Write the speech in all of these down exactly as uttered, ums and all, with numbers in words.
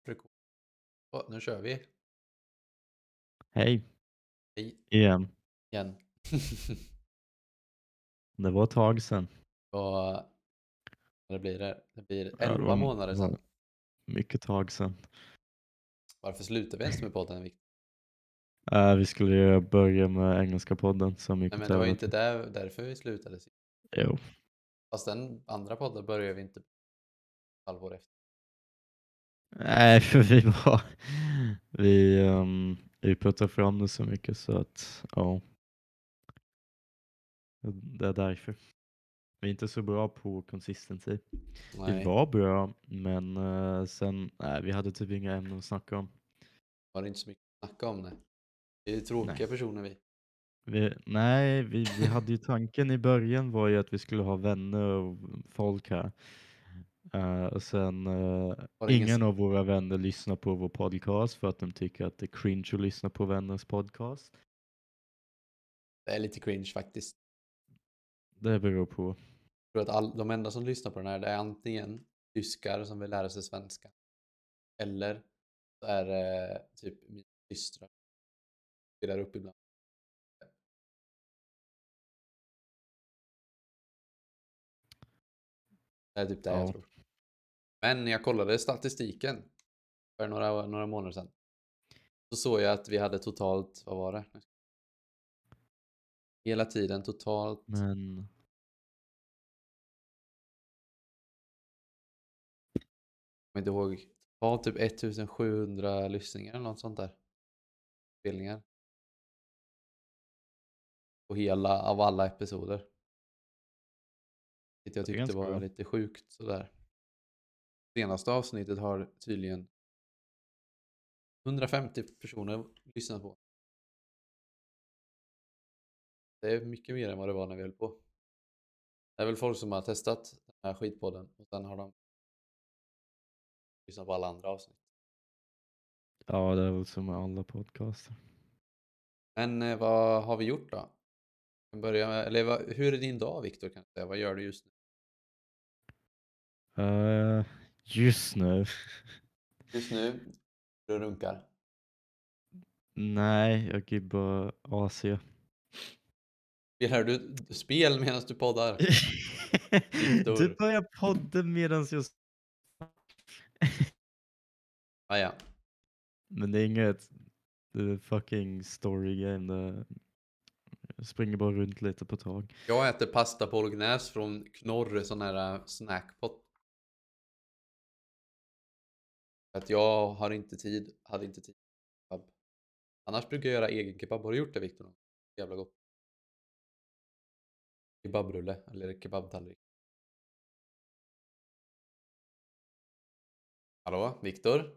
Rekord. Åh, nu kör vi. Hej, Hej igen. igen. Det var ett tag sedan. Vad det blir det? Det blir Ja, det elva var, månader det sedan. var mycket tag sedan. Varför slutar vi ens med podden, Victor? Äh, vi skulle ju börja med engelska podden som gick Nej, åt men det var inte helvete. där, därför vi slutade sist. Jo. Fast den andra podden började vi inte ett halvår efter. Nej, för vi var... Vi, um, vi puttade fram det så mycket så att, ja. Det är därför. Vi är inte så bra på consistency. Vi Nej, var bra, men uh, sen, nej, vi hade typ inga ämnen att snacka om. var det inte så mycket att snacka om det. Vi är Nej. tråkiga personer vi. Vi, nej, vi, vi hade ju tanken i början var ju att vi skulle ha vänner och folk här. Uh, och sen, uh, Var det ingen... ingen av våra vänner lyssnar på vår podcast för att de tycker att det är cringe att lyssna på vänners podcast. Det är lite cringe faktiskt. Det beror på. Jag tror att all, de enda som lyssnar på den här, det är antingen tyskar som vill lära sig svenska. Eller så är det typ mina systrar. Spelar upp ibland. Det är typ det jag Ja, tror. Men jag kollade statistiken för några, några månader sedan. Så såg jag att vi hade totalt, vad var det? Hela tiden totalt, men jag kommer inte ihåg, totalt typ ettusensjuhundra lyssningar eller något sånt där. Spelningar. På hela, av alla episoder. Vilket jag det är tyckte ganska var bra. lite sjukt sådär. Senaste avsnittet har tydligen hundrafemtio personer lyssnat på. Det är mycket mer än vad det var när vi höll på. Det är väl folk som har testat den här skitpodden och sen har de lyssnat på alla andra avsnitt. Ja, det är väl som med alla podcaster. Men eh, vad har vi gjort då? Vi börja med, eller vad, hur är din dag, Viktor? Kan jag säga? Vad gör du just nu? Uh, just nu. Just nu, du runkar. Nej, jag gibbar A C. Spelar du spel medan du poddar? Du Viktor. börjar podden medan jag... Ah, ja. Men det är inget det är fucking story game. Det jag springer bara runt lite på tag. Jag äter pasta bolognese från Knorr, sån här äh, snackpot. För att jag har inte tid, hade inte tid. Kebab. Annars brukar jag göra egen kebab. Har du gjort det, Viktor? Jävla gott. Kebabrulle, eller kebabtallrik. Hallå, Viktor?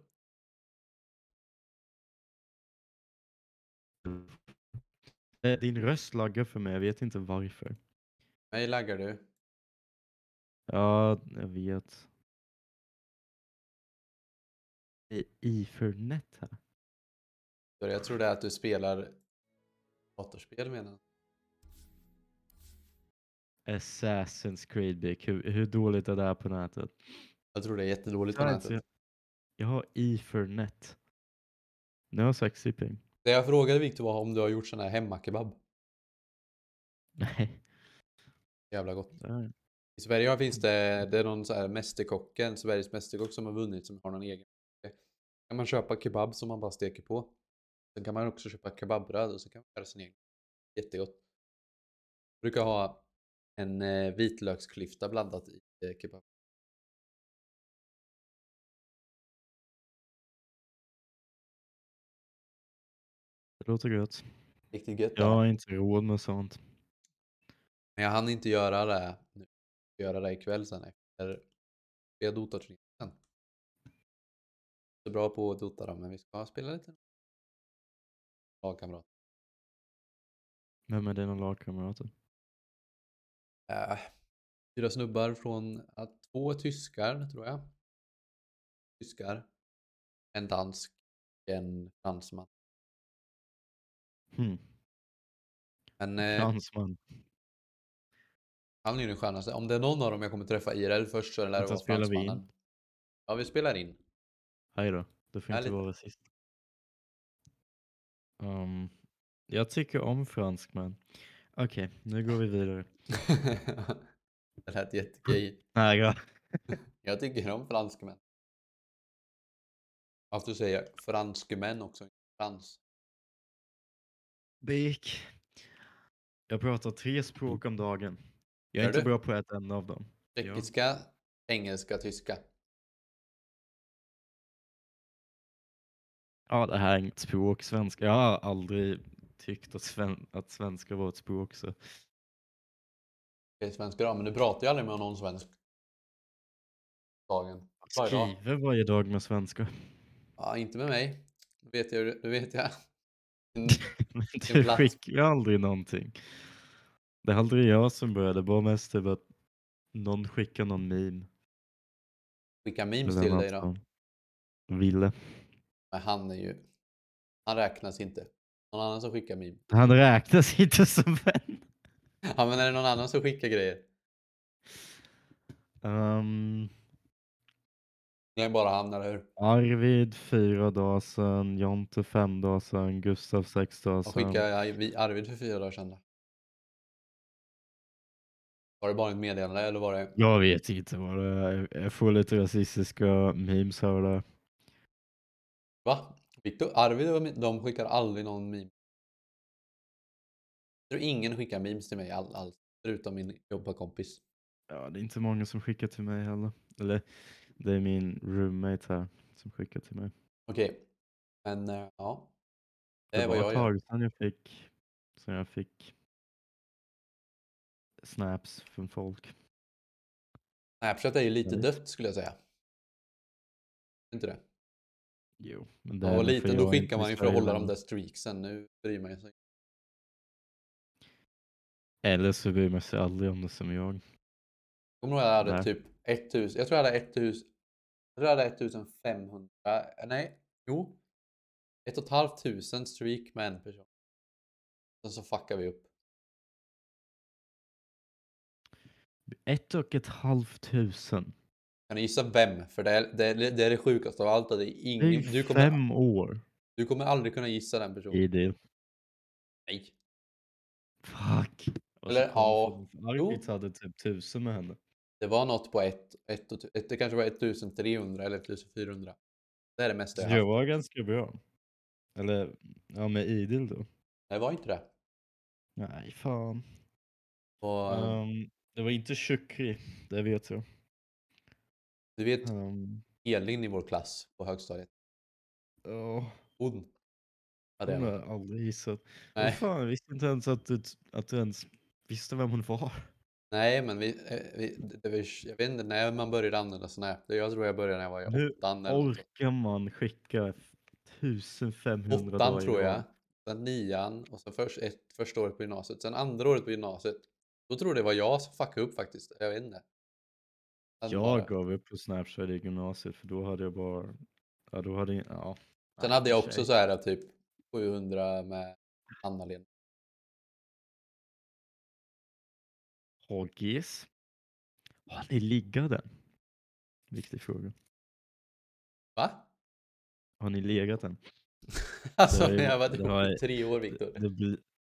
Eh, Din röst laggar för mig, jag vet inte varför. Mig laggar du. Ja, jag vet. Det är Ethernet här. För jag tror det är att du spelar datorspel medan. Assassin's Creed Bick. Hur, hur dåligt är det här på nätet? Jag tror det är jättedåligt på Alltså, nätet. jag, jag har Ethernet. Nu har jag sexy-ping. Det jag frågade Viktor var om du har gjort sån här hemmakebab. Nej. Jävla gott. Där. I Sverige finns det, det är någon så här mästerkocken, Sveriges mästerkock som har vunnit som har någon egen. Kan man köpa kebab som man bara steker på. Sen kan man också köpa kebabbröd och så kan man göra sin egen. Jättegott. Jag brukar ha en eh, vitlöksklyfta blandat i eh, kebab. Det låter gött. Riktigt gött Jag är det. har inte råd med sånt. Men jag hann inte göra det nu. Jag ska göra det ikväll sen efter vi har dotat sen. Jag är bra på att dota dem, men vi ska spela lite lagkamrat. Vem är dina lagkamrater? Äh, fyra snubbar från äh, två tyskar, tror jag. Tyskar. En dansk. En fransman. Hmm. Men eh, Fransman. han är ju den skönaste. Om det är någon av dem jag kommer träffa I R L först så lär det Vänta, vara spelar vi in? fransmannen. Ja, vi spelar in. Hej då. Det får Ja, inte lite. vara rasist. Um, jag tycker om franskmän. Okej, nu går vi vidare. Det lät jättegay. Nej, ja. Jag tycker om franskmän. Att du säger franskmän också. Frans. Bik. Jag pratar tre språk om dagen. Jag är Gör inte du? bra på ett enda av dem. Ja. Tjeckiska, engelska, tyska. Ja, det här är inget språk, svenska. Jag har aldrig tyckt att, sven att svenska var ett språk. Så. Det är svenska då, men du pratar ju aldrig med någon svensk. Dagen. Varje dag. Skriver varje dag med svenska. Ja, inte med mig. Det vet jag. Det vet jag. En, Men en du plats. skickar ju aldrig någonting. Det är aldrig jag som började. Det var mest typ att någon skickar någon meme. Skicka memes Eller till något dig då. sånt. Ville. Men han är ju... Han räknas inte. Någon annan som skickar meme. Han räknas inte som vän. Ja, men är det någon annan som skickar grejer? Um, Det är bara han, eller hur? Arvid fyra dagar sedan. Jonte fem dagar sedan. Gustav sex dagar Och sedan. skickade jag Arvid för fyra dagar sedan då? Var det bara ett meddelande eller var det... Jag vet inte vad det är. Jag får lite rasistiska memes här och där. Va? Victor? Arvid och de skickar aldrig någon meme. Jag tror ingen skickar memes till mig all, all, förutom min jobbarkompis. Ja, det är inte många som skickar till mig heller. Eller det är min roommate här som skickar till mig. Okej. Men äh, ja. Det Det är vad var ett jag gör. tag sedan jag fick, sedan jag fick snaps från folk. Snapchat är ju lite Jag vet. dött skulle jag säga. Inte det? Jo, men det När man är var nog för liten då jag är skickar inte man i ju för att Sverige hålla de längre. där streaksen. Nu bryr man sig. Eller så bryr man sig aldrig om det som jag. Kommer du ihåg jag hade Nej. typ tusen. Jag tror jag hade tusen. Jag tror jag hade femtonhundra. Nej. Jo. Ett och ett halvt tusen streak med en person. Sen så fuckar vi upp. Ett och ett halvt tusen. Kan ni gissa vem? För det är det, är, det, är det sjukaste av allt. Det är Det är ingen, ju du, kommer, fem år du kommer aldrig kunna gissa den personen. i det. Nej. Fuck. Och Eller, så ja. kom Arvid hade typ tusen med henne. Det var något på ett, ett, och- ett, det kanske var ettusentrehundra eller ettusenfyrahundra. Det är det mesta Så jag har det haft. var ganska bra. Eller, ja med idel då. Det var inte det. Nej, fan. Och Um, det var inte Shukri, det vet jag. du vet Um, Elin i vår klass på högstadiet. oh, Hon. Ja, det hon är har hon. jag aldrig gissat. Nej. Vad fan, jag visste inte ens att du, att du ens visste vem hon var. Nej, men vi, eh, vi, det var, jag vet inte när man började använda Snap. Jag tror jag började när jag var i Hur åttan eller något. orkar man skicka femtonhundra Åttan dagar i tror rad? jag. Sen nian och sen först ett, första året på gymnasiet. Sen andra året på gymnasiet. Då tror det var jag som fuckade upp faktiskt. Jag vet inte. Sen, Jag bara, gav upp på Snapchat i gymnasiet för då hade jag bara, ja då hade jag, ja. sen Nej, hade jag för också sig. så här typ sjuhundra med Anna-Lena. H G S. Har ni liggade? Viktig fråga. Va? Har ni legat den? Alltså Det är- jag har varit det ihop har- i tre år Viktor. Det blir...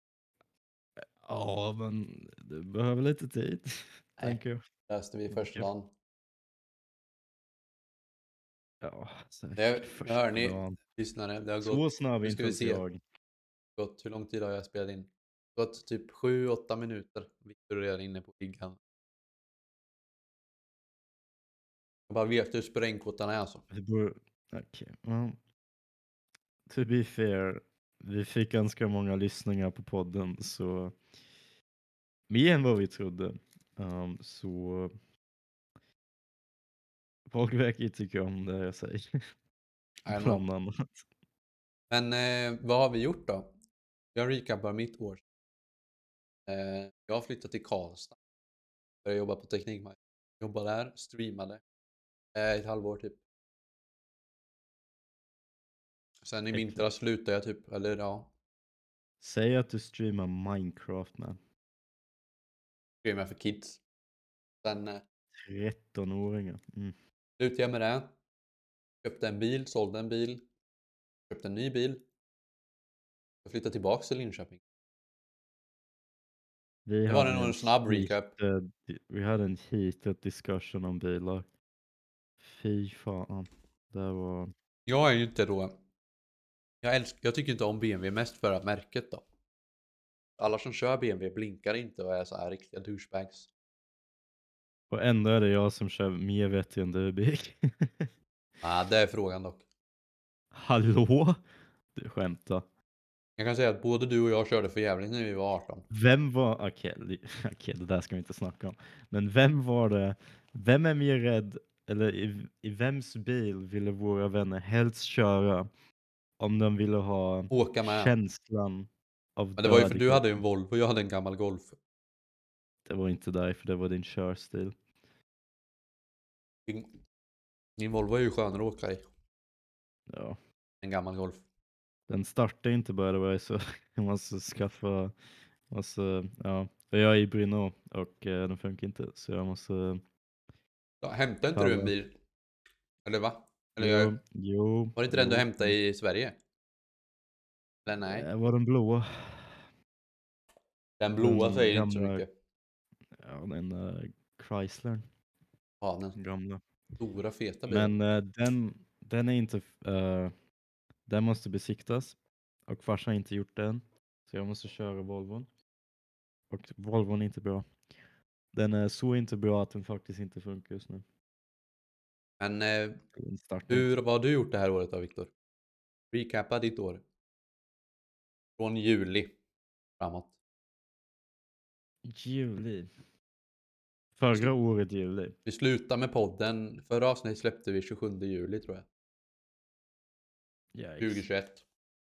Ja, men det behöver lite tid, tänker jag. Löste vi första Okej. dagen. Ja, säkert Det, nu första hör ni dagen. lyssnare. Det har Så gått, snabb nu är ska inte vi ens se. jag. gått, hur lång tid har jag spelat in? Det har gått typ sju åtta minuter. Viktor är redan inne på giggan. Jag bara vet hur sprängkåtan är alltså. Vi bör... Okej. well, To be fair, vi fick ganska många lyssningar på podden, så mer än vad vi trodde. Um, så folk verkar ju tycka om det jag säger. I don't Bland know. annat. Men eh, vad har vi gjort då? Jag recappar mitt år. Eh, jag har flyttat till Karlstad. Började jobba på Teknikmarknaden. Jobbade där, streamade. Eh, ett halvår typ. Sen i Äckligt. vintras slutade jag typ, eller ja. Säg att du streamar Minecraft med Streamade för kids. Sen eh, tretton-åringar. Mm. slutade jag med det. Köpte en bil, sålde en bil. Köpte en ny bil. Jag flyttade tillbaka till Linköping. Vi Det var hade nog en en snabb recap. heated, vi hade en heated discussion om bilar. Fy fan. Det var... Jag är ju inte då... Jag, älsk, jag tycker inte om B M W mest för att märket då. Alla som kör B M W blinkar inte och är så här riktiga douchebags. Och ändå är det jag som kör mer vettig än du, Big. Ah, det är frågan dock. Hallå? Du skämtar. Jag kan säga att både du och jag körde för jävligt när vi var arton. Vem var... Okej, okay, okay, det där ska vi inte snacka om. Men vem var det... Vem är mer rädd... Eller i, i vems bil ville våra vänner helst köra om de ville ha Åka med. känslan av Men det var ju för död i du hade ju en kroppen? Volvo och jag hade en gammal Golf. Det var inte därför, det var din körstil. Din, din Volvo är ju skönare att åka i. Ja. En gammal Golf. Den startar inte bara, det var så jag måste skaffa, måste, ja, för jag är i Brno och eh, den funkar inte, så jag måste Ja, hämtade inte du en kalla. bil? Eller va? Eller Jo, jag, jo, var det inte jo. den du hämtade i Sverige? Eller nej? Det var den blåa. Den blåa Den säger inte så gamla, mycket. ja, den uh, Chrysler, Ja, den gamla. stora feta bilen. Men uh, den, den är inte, uh, den måste besiktas och farsan har inte gjort den, så jag måste köra Volvon. Och Volvon är inte bra. Den är så inte bra att den faktiskt inte funkar just nu. Men eh, Den startar hur, inte. vad har du gjort det här året då, Viktor? Recappa ditt år. Från juli framåt. Juli. Förra året juli. Vi slutar med podden. Förra avsnittet släppte vi tjugosjunde juli tror jag. Yikes. tjugohundratjugoett.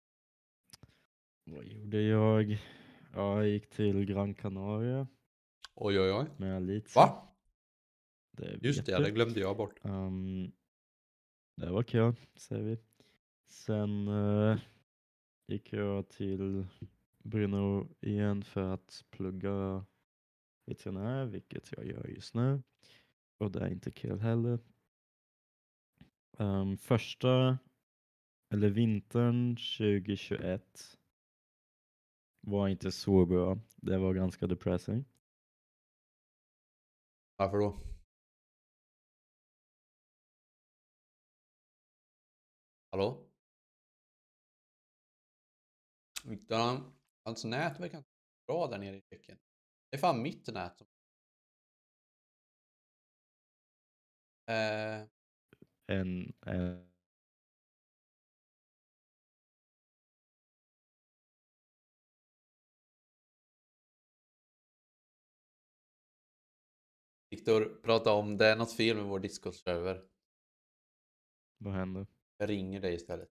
Vad gjorde jag? Ja, jag gick till Gran Canaria Oj oj oj. med Alicia. Va? Det Just vet det, ja, du. det glömde jag bort. Um, det var kul, säger vi. Sen uh, gick jag till Brno igen för att plugga veterinär, vilket jag gör just nu. Och det är inte kul heller. Um, första, eller vintern tjugohundratjugoett var inte så bra. Det var ganska depressing. Varför då? Hallå? Viktor, han, hans nät verkar inte bra där nere i Tjeckien. Det är fan mitt nät. Som... Eh, En, en Viktor, prata om det är något fel med vår Discord-server. Vad hände? Jag ringer dig istället.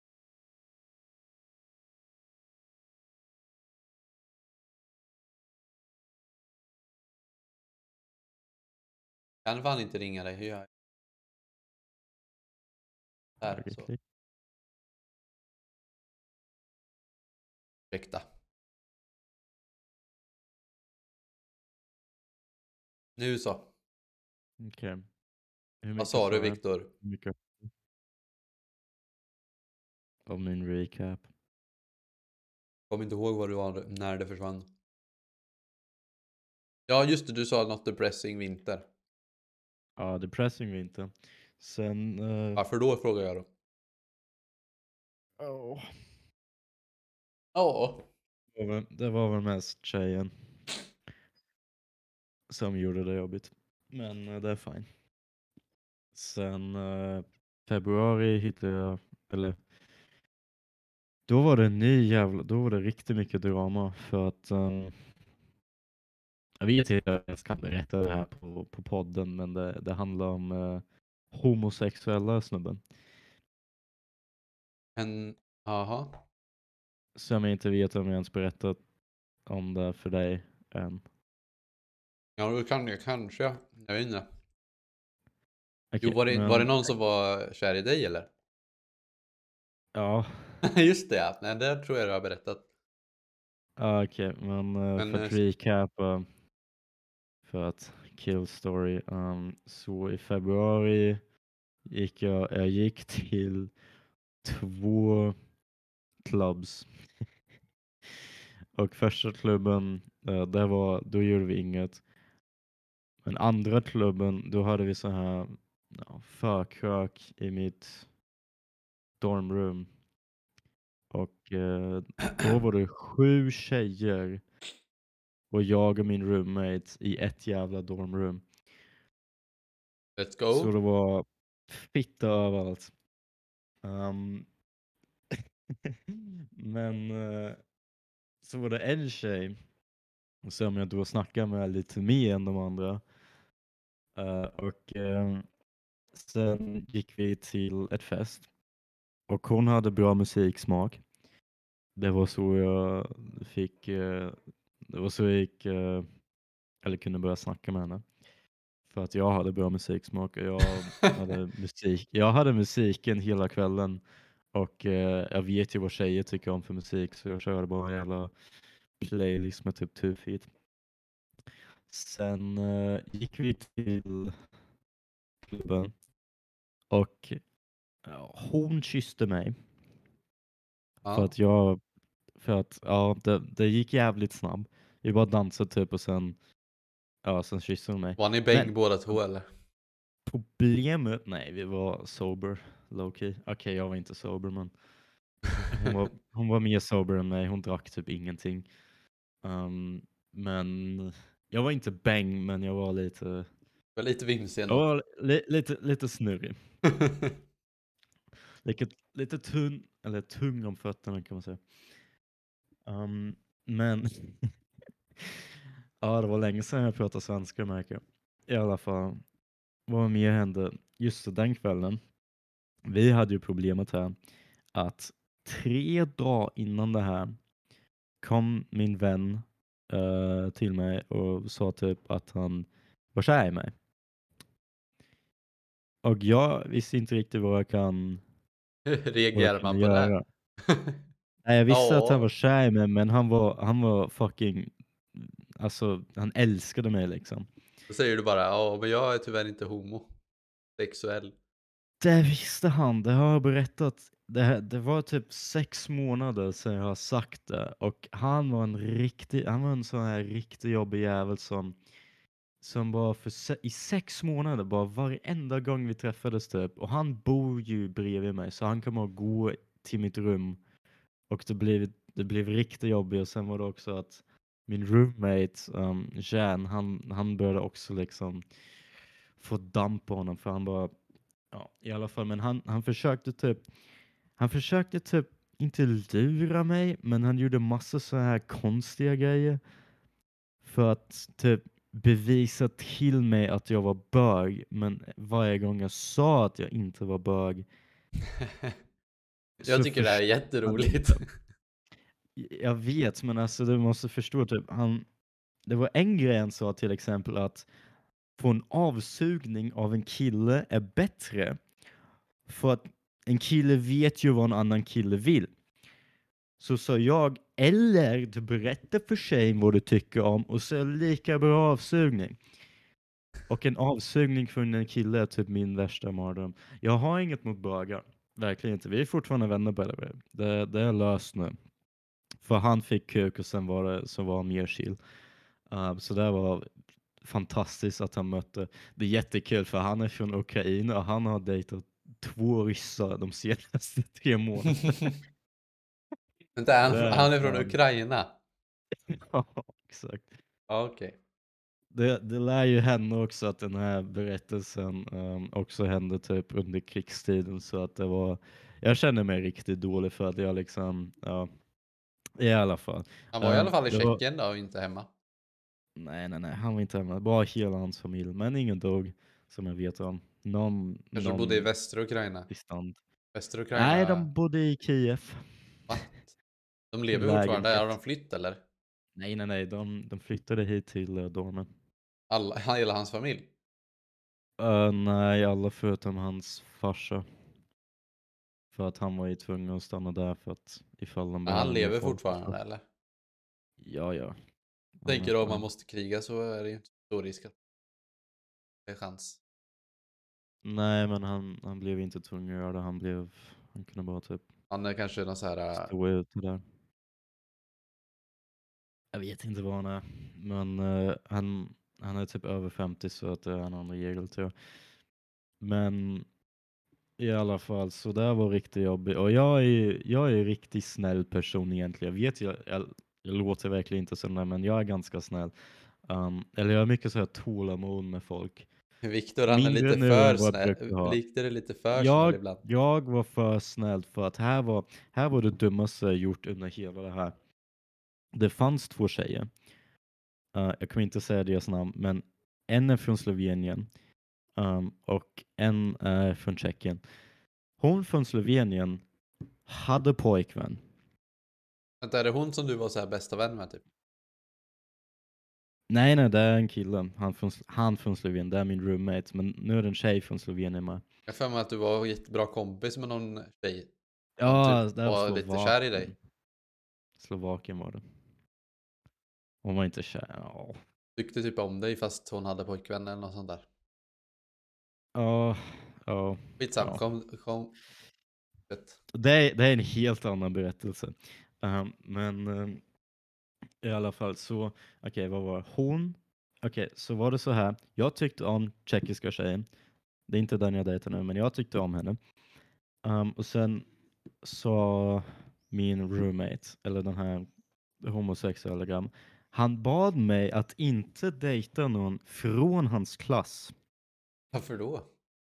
Kan fan inte ringa dig. Hur gör jag? Där, så. Verkligen. Ursäkta. Nu så. Okej. Okay. Vad sa du, Viktor? Mycket av min recap. Kom inte ihåg vad du var när det försvann. Ja, just det. Du sa något depressing vinter. Ja, depressing vinter. Sen... Uh... Varför då, frågar jag då. Oh. Ja. Det var, det var väl mest tjejen som gjorde det jobbigt. Men uh, det är fine. Sen uh, februari hittade jag... Eller... Då var det en ny jävla... Då var det riktigt mycket drama. För att... Um, jag vet inte, jag ska berätta det här på, på podden. Men det, det handlar om uh, homosexuella snubben. En... Aha. Som jag inte vet om jag ens berättat om det för dig än. Ja, då kan jag kanske. Jag vet inte. Okay, Jo, var det, men... var det någon som var kär i dig eller? Ja. Just det, ja. Nej, det tror jag du har berättat. Ja, okej. Okay. Men, uh, Men för att recapa, för att kill story. Um, så i februari gick jag, jag gick till två clubs. Och första klubben, eh, där var, då gjorde vi inget. Men andra klubben, då hade vi så här ja, förkrök i mitt dormroom. Och eh, då var det sju tjejer och jag och min roommate i ett jävla dormroom. Let's Så go. det var fitta överallt. Um, men eh, så var det en tjej som jag då snackade med lite mer än de andra. Eh, och eh, sen gick vi till ett fest. Och hon hade bra musiksmak. Det var så jag fick, eh, det var så jag gick, eh, eller kunde börja snacka med henne. För att jag hade bra musiksmak och jag hade musik. Jag hade musiken hela kvällen och eh, jag vet ju vad tjejer tycker om för musik så jag körde bara en jävla playlist med typ two feet. Sen eh, gick vi till klubben och ja, hon kysste mig för Ja. att jag, för att ja, det, det gick jävligt snabbt. Vi bara dansade typ och sen, ja, sen kysste hon mig. Var ni Men bäng båda två eller? problemet, nej vi var sober, low key. Okej, okay, jag var inte sober men hon var, hon var mer sober än mig, hon drack typ ingenting. Um, men jag var inte bäng men jag var lite, Det var lite vimsig jag ändå. var li, lite, lite snurrig. Lite, lite tunn, eller tung om fötterna kan man säga. Um, men ja, det var länge sedan jag pratade svenska märker jag. I alla fall, vad mer hände? Just det, den kvällen. Vi hade ju problemet här att tre dagar innan det här kom min vän uh, till mig och sa typ att han var kär i mig. Och jag visste inte riktigt vad jag kan Hur vad jag reagerar kunde man på det? göra. Nej, jag visste att han var Ja, kär i mig, men han var, han var fucking, alltså han älskade mig liksom. då säger du bara ja, men jag är tyvärr inte homo. Sexuell. Det visste han, det har jag berättat. Det, det var typ sex månader sedan jag har sagt det. Och han var en riktig, han var en sån här riktig jobbig jävel som, som bara för se, i sex månader, bara varenda gång vi träffades typ. Och han bor ju bredvid mig, så han kommer att gå till mitt rum. Och det blev, det blev riktigt jobbigt. Och sen var det också att min roommate, um, Jan, han, han började också liksom få damp på honom. För han bara, ja, i alla fall. Men han, han försökte typ, han försökte typ inte lura mig, men han gjorde massa så här konstiga grejer. För att typ bevisa till mig att jag var bög. Men varje gång jag sa att jag inte var bög. Jag så tycker det här är förstod han jätteroligt. inte. Jag vet, men alltså du måste förstå typ, han, det var en grej han sa till exempel att få en avsugning av en kille är bättre för att en kille vet ju vad en annan kille vill. Så sa jag, eller du berättar för tjejen vad du tycker om och så är det lika bra avsugning. Och en avsugning från en kille är typ min värsta mardröm. Jag har inget mot bögar, verkligen inte. Vi är fortfarande vänner på det. Det, det är löst nu. För han fick kuk och sen var det så var han mer chill. Uh, så det var fantastiskt att han mötte. Det är jättekul för han är från Ukraina och han har dejtat två ryssar de senaste tre månaderna. Vänta, han, Det är han är från fan- Ukraina? Ja, exakt. Ja, okej. Det, det lär ju hända också att den här berättelsen um, också hände typ under krigstiden så att det var, jag känner mig riktigt dålig för att jag liksom, ja, i alla fall. Han var i alla Um, fall i det var, Tjeckien då och inte hemma. nej, nej, nej, han var inte hemma. Bara hela hans familj. Men ingen dog som jag vet om. Någon, Kanske någon bodde i västra Ukraina. distant. Västra Nej, Ukraina, de bodde i Kiev. what? De I en lever fortfarande, har lägenhet. de flytt eller? Nej, nej, nej. De, de flyttade hit till uh, dormen. Alla, hela hans familj? Uh, nej, alla förutom hans farsa. För att han var ju tvungen att stanna där för att ifall de Men behöver han mer lever folk. fortfarande eller? Ja, ja. Han Tänker är om man fan- måste kriga så är det ju inte stor risk att det är chans. Nej, men han, han blev inte tvungen att göra det. Han blev, han kunde bara typ Han är kanske någon så här... äh, stå ut det där. Jag vet inte vad han är. Men eh, han, han är typ över femtio så att det är en annan regel tror jag. Men i alla fall, så det var riktigt jobbigt. Och jag är, jag är en riktigt snäll person egentligen. Jag vet, jag, jag, jag låter verkligen inte sådär, men jag är ganska snäll. Um, eller jag har mycket så här tålamod med folk. Viktor han är Mindre lite nu för än vad jag snäll. brukar ha. Viktor är lite för snäll Jag, ibland. jag var för snäll för att här var, här var det dummaste jag gjort under hela det här. Det fanns två tjejer. Uh, jag kommer inte säga deras namn, men en är från Slovenien um, och en är från Tjeckien. Hon från Slovenien hade pojkvän. Vänta, är det hon som du var så här bästa vän med typ? Nej, nej, det är en kille. Han från, han från Slovenien, det är min roommate. Men nu är det en tjej från Slovenien med. Jag har för mig att du var jättebra kompis med någon tjej. Som Ja, typ det var var lite kär i dig. Slovakien. Slovakien var det. Hon var inte kär. Ja, Tyckte typ om dig fast hon hade pojkvän eller något sånt där. ja. ja. Skitsam, Ja. kom, kom. Vet. Det, är, det är en helt annan berättelse. Um, men um, i alla fall så, okej, okay, vad var hon? Okej, okay, så var det så här. Jag tyckte om tjeckiska tjejen. Det är inte den jag dejtar nu, men jag tyckte om henne. Um, och sen sa min roommate, eller den här homosexuella grabben, han bad mig att inte dejta någon från hans klass. Varför då?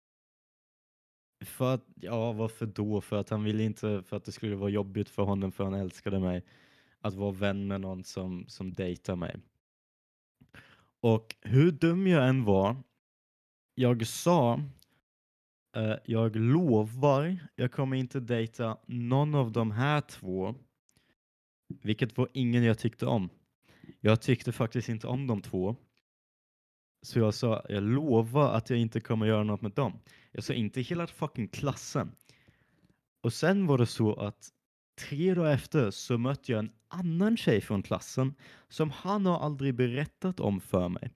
För att, ja, varför då? För att han ville inte, för att det skulle vara jobbigt för honom, för han älskade mig, att vara vän med någon som, som dejtar mig. Och hur dum jag än var, jag sa, uh, jag lovar, jag kommer inte dejta någon av de här två. Vilket var ingen jag tyckte om. Jag tyckte faktiskt inte om de två. Så jag sa, jag lovar att jag inte kommer göra något med dem. Jag sa inte hela fucking klassen. Och sen var det så att tre dagar efter så mötte jag en annan tjej från klassen som han har aldrig berättat om för mig.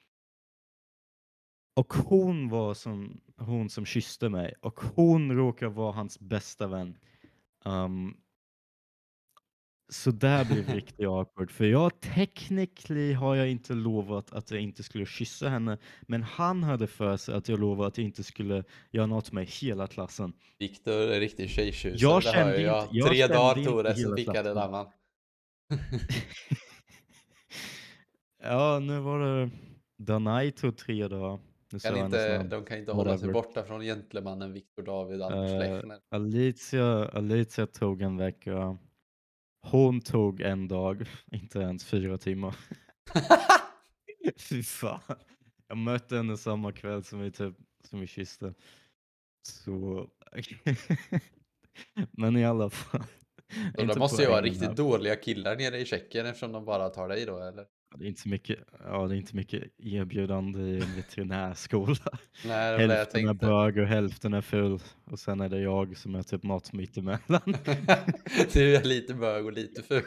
Och hon var som, hon som kysste mig. Och hon råkar vara hans bästa vän. Um, Så där blev riktigt awkward. För jag technically har jag inte lovat att jag inte skulle kyssa henne. Men han hade för sig att jag lovade att jag inte skulle göra något med hela klassen. Viktor är riktigt tjejtjusare, Jag det hör kände ju jag. inte, jag Tre kände dagar inte tog det så hela fick jag det klassen. annan. Ja, nu var det Danai tog tre dagar. Nu sa Kan jag hennes inte, namn. de kan inte hålla sig Whatever. borta från gentlemannen Viktor David Anders Uh, Lechner. Alicia, Alicia tog en vecka. Hon tog en dag. Inte ens fyra timmar. Fy fan. Jag mötte henne samma kväll som vi, typ, som vi kysste. Så... Men i alla fall. Så de måste ju vara riktigt dåliga killar nere i Tjeckien eftersom de bara tar dig då, eller? Det är inte så mycket, ja, det är inte mycket erbjudande i en veterinärskola. Nej, det var det jag Hälften är tänkte. bög och hälften är full. Och sen är det jag som är typ något mitt emellan. Du är lite bög och lite ful.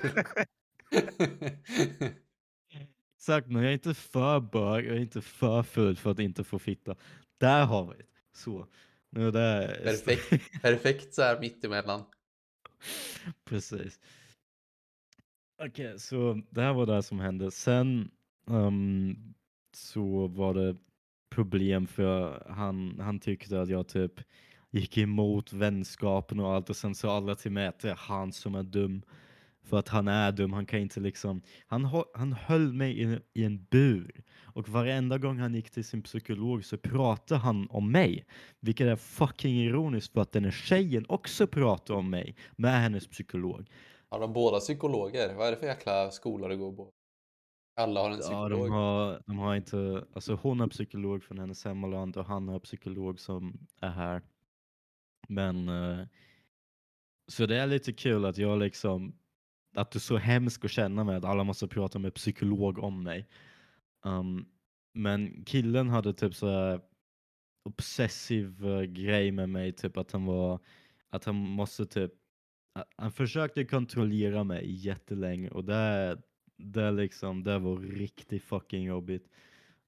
Exakt, men jag är inte för bög, jag är inte för full för att inte få fitta. Där har vi det. Så. Nu där. Perfekt, perfekt så här mitt emellan. Precis. Okej, okay, så det här var det som hände. Sen um, så var det problem för han, han tyckte att jag typ gick emot vänskapen och allt, och sen sa alla till mig att det är han som är dum. För att han är dum, han kan inte liksom... Han, han höll mig i, i en bur. Och varenda gång han gick till sin psykolog så pratade han om mig. Vilket är fucking ironiskt för att den här tjejen också pratar om mig med hennes psykolog. Har de båda psykologer? Vad är det för jäkla skola det går på? Alla har en psykolog. Ja, de har, de har inte... Alltså hon har psykolog från hennes hemland och han har psykolog som är här. Men... Uh, så det är lite kul att jag liksom... Att det är så hemskt att känna med att alla måste prata med psykolog om mig. Um, men killen hade typ så här obsessiv uh, grej med mig. Typ att han var... Att han måste typ... Han försökte kontrollera mig jättelänge. Och det, det, liksom, det var riktigt fucking jobbigt.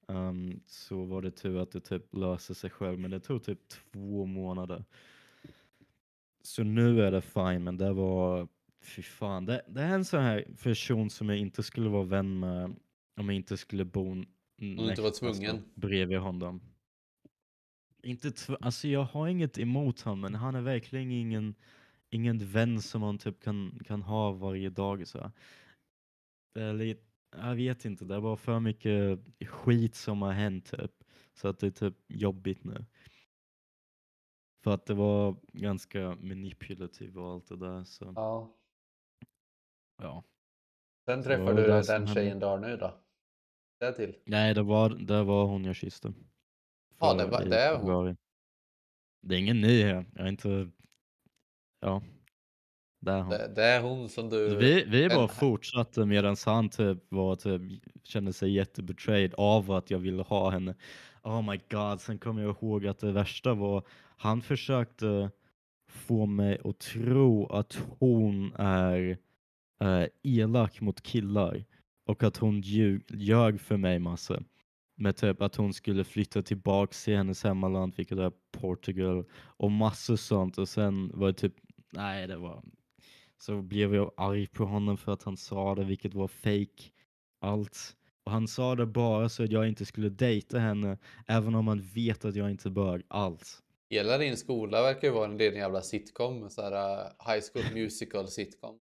um, så var det tur att det typ löste sig själv. Men det tog typ två månader. Så nu är det fine, men det var, fy fan. Det, det är en sån här person som jag inte skulle vara vän med om jag inte skulle bo Om du inte next, var alltså, tvungen. bredvid honom. Inte tv- alltså jag har inget emot honom, men han är verkligen ingen, ingen vän som man typ kan, kan ha varje dag. Så. Det är lite, jag vet inte, det är bara för mycket skit som har hänt typ. Så att det är typ jobbigt nu. För att det var ganska manipulativt och allt det där. Så Ja. ja. Sen Så det träffar var det du som den hände. tjejen du har nu då? Det till. Nej, det var, det var hon jag kysste. Ja, det, För var, i det är hon. februari. Det är ingen ny här. Jag är inte... Ja, det är hon. Det, det är hon som du... Vi, vi bara en- fortsatte medan han typ var typ, kände sig jättebetrayed av att jag ville ha henne. Oh my god, sen kommer jag ihåg att det värsta var, han försökte få mig att tro att hon är eh, elak mot killar. Och att hon ljug, ljög för mig massor. Med typ att hon skulle flytta tillbaka till hennes hemmaland, vilket är Portugal. Och massor sånt. Och sen var det typ, nej det var... Så blev jag arg på honom för att han sa det, vilket var fake. Allt. Och han sa det bara så att jag inte skulle dejta henne. Även om man vet att jag inte bör alls. Hela din skola verkar ju vara en del jävla sitcom. Så här, uh, high school musical sitcom.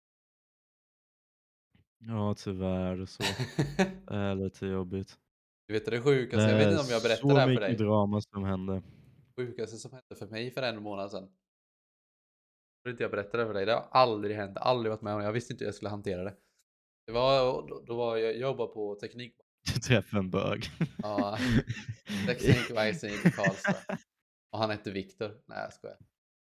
Ja, tyvärr så. Det är lite jobbigt. Du vet det Det sjukaste? Jag vet är inte om jag berättade det så här för mycket dig. drama som hände. Sjukaste som hände för mig för en månad sedan. Jag tror inte jag berättade det för dig. Det har aldrig hänt. Aldrig varit med om. Jag visste inte hur jag skulle hantera det. Det var, då, då var jag, jag jobbade på teknik. Du träffade en bög. Ja, teknikmagasinet i Karlstad. Och han hette Viktor. Nej, jag skojar.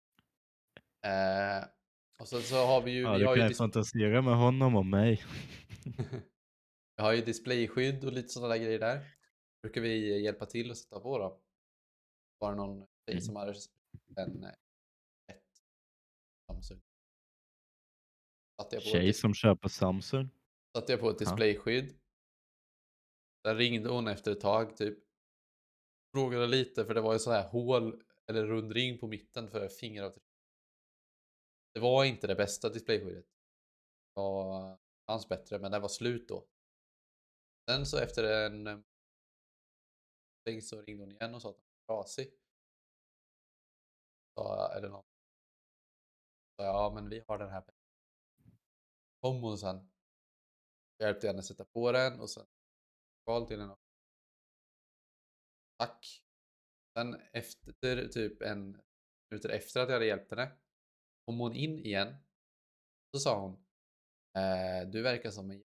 Eh, och så, så har vi ju, Ja, vi du har ju, kan ju dis- fantasera med honom och mig. vi har ju displayskydd och lite sådana där grejer där. Brukar vi hjälpa till att sätta på då. Var det någon tjej Mm. som hade en eh, ett Samsung. Satte jag på ett, Tjej dis- som köper Samsung. satte jag på ett displayskydd. Sen ringde hon efter ett tag typ. Frågade lite för det var ju så här hål eller rund ring på mitten för fingeravtryck. Det var inte det bästa displayskyddet. Det var, fanns bättre men det var slut då. Sen så efter en eh, länge så ringde hon igen och sa att den var trasig. Sa jag, eller något. Sa jag, ja men vi har den här. Kom hon sen. Jag hjälpte henne sätta på den och sen kval till henne. Tack. Sen efter typ en minuter efter att jag hade hjälpt henne kom hon in igen. Så sa hon eh, du verkar som en...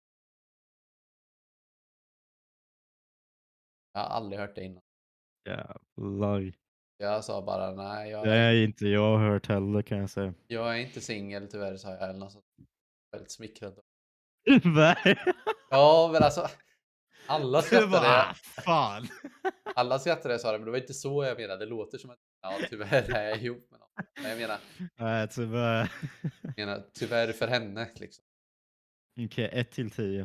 Jag har aldrig hört det innan. Jävlar. Jag sa bara nej, jag Det är, är inte jag har hört heller, kan jag säga. jag är inte singel tyvärr, sa jag eller något sånt. Väldigt smickrad. Va? Ja, men alltså alla Du skrattade. bara, ah, fan. Alla skrattade jag sa det, men det var inte så jag menade. Det låter som att ja, tyvärr är jag ihop med någon. Men jag menar, Nej, tyvärr. jag menar tyvärr för henne liksom. Okej, ett till tio.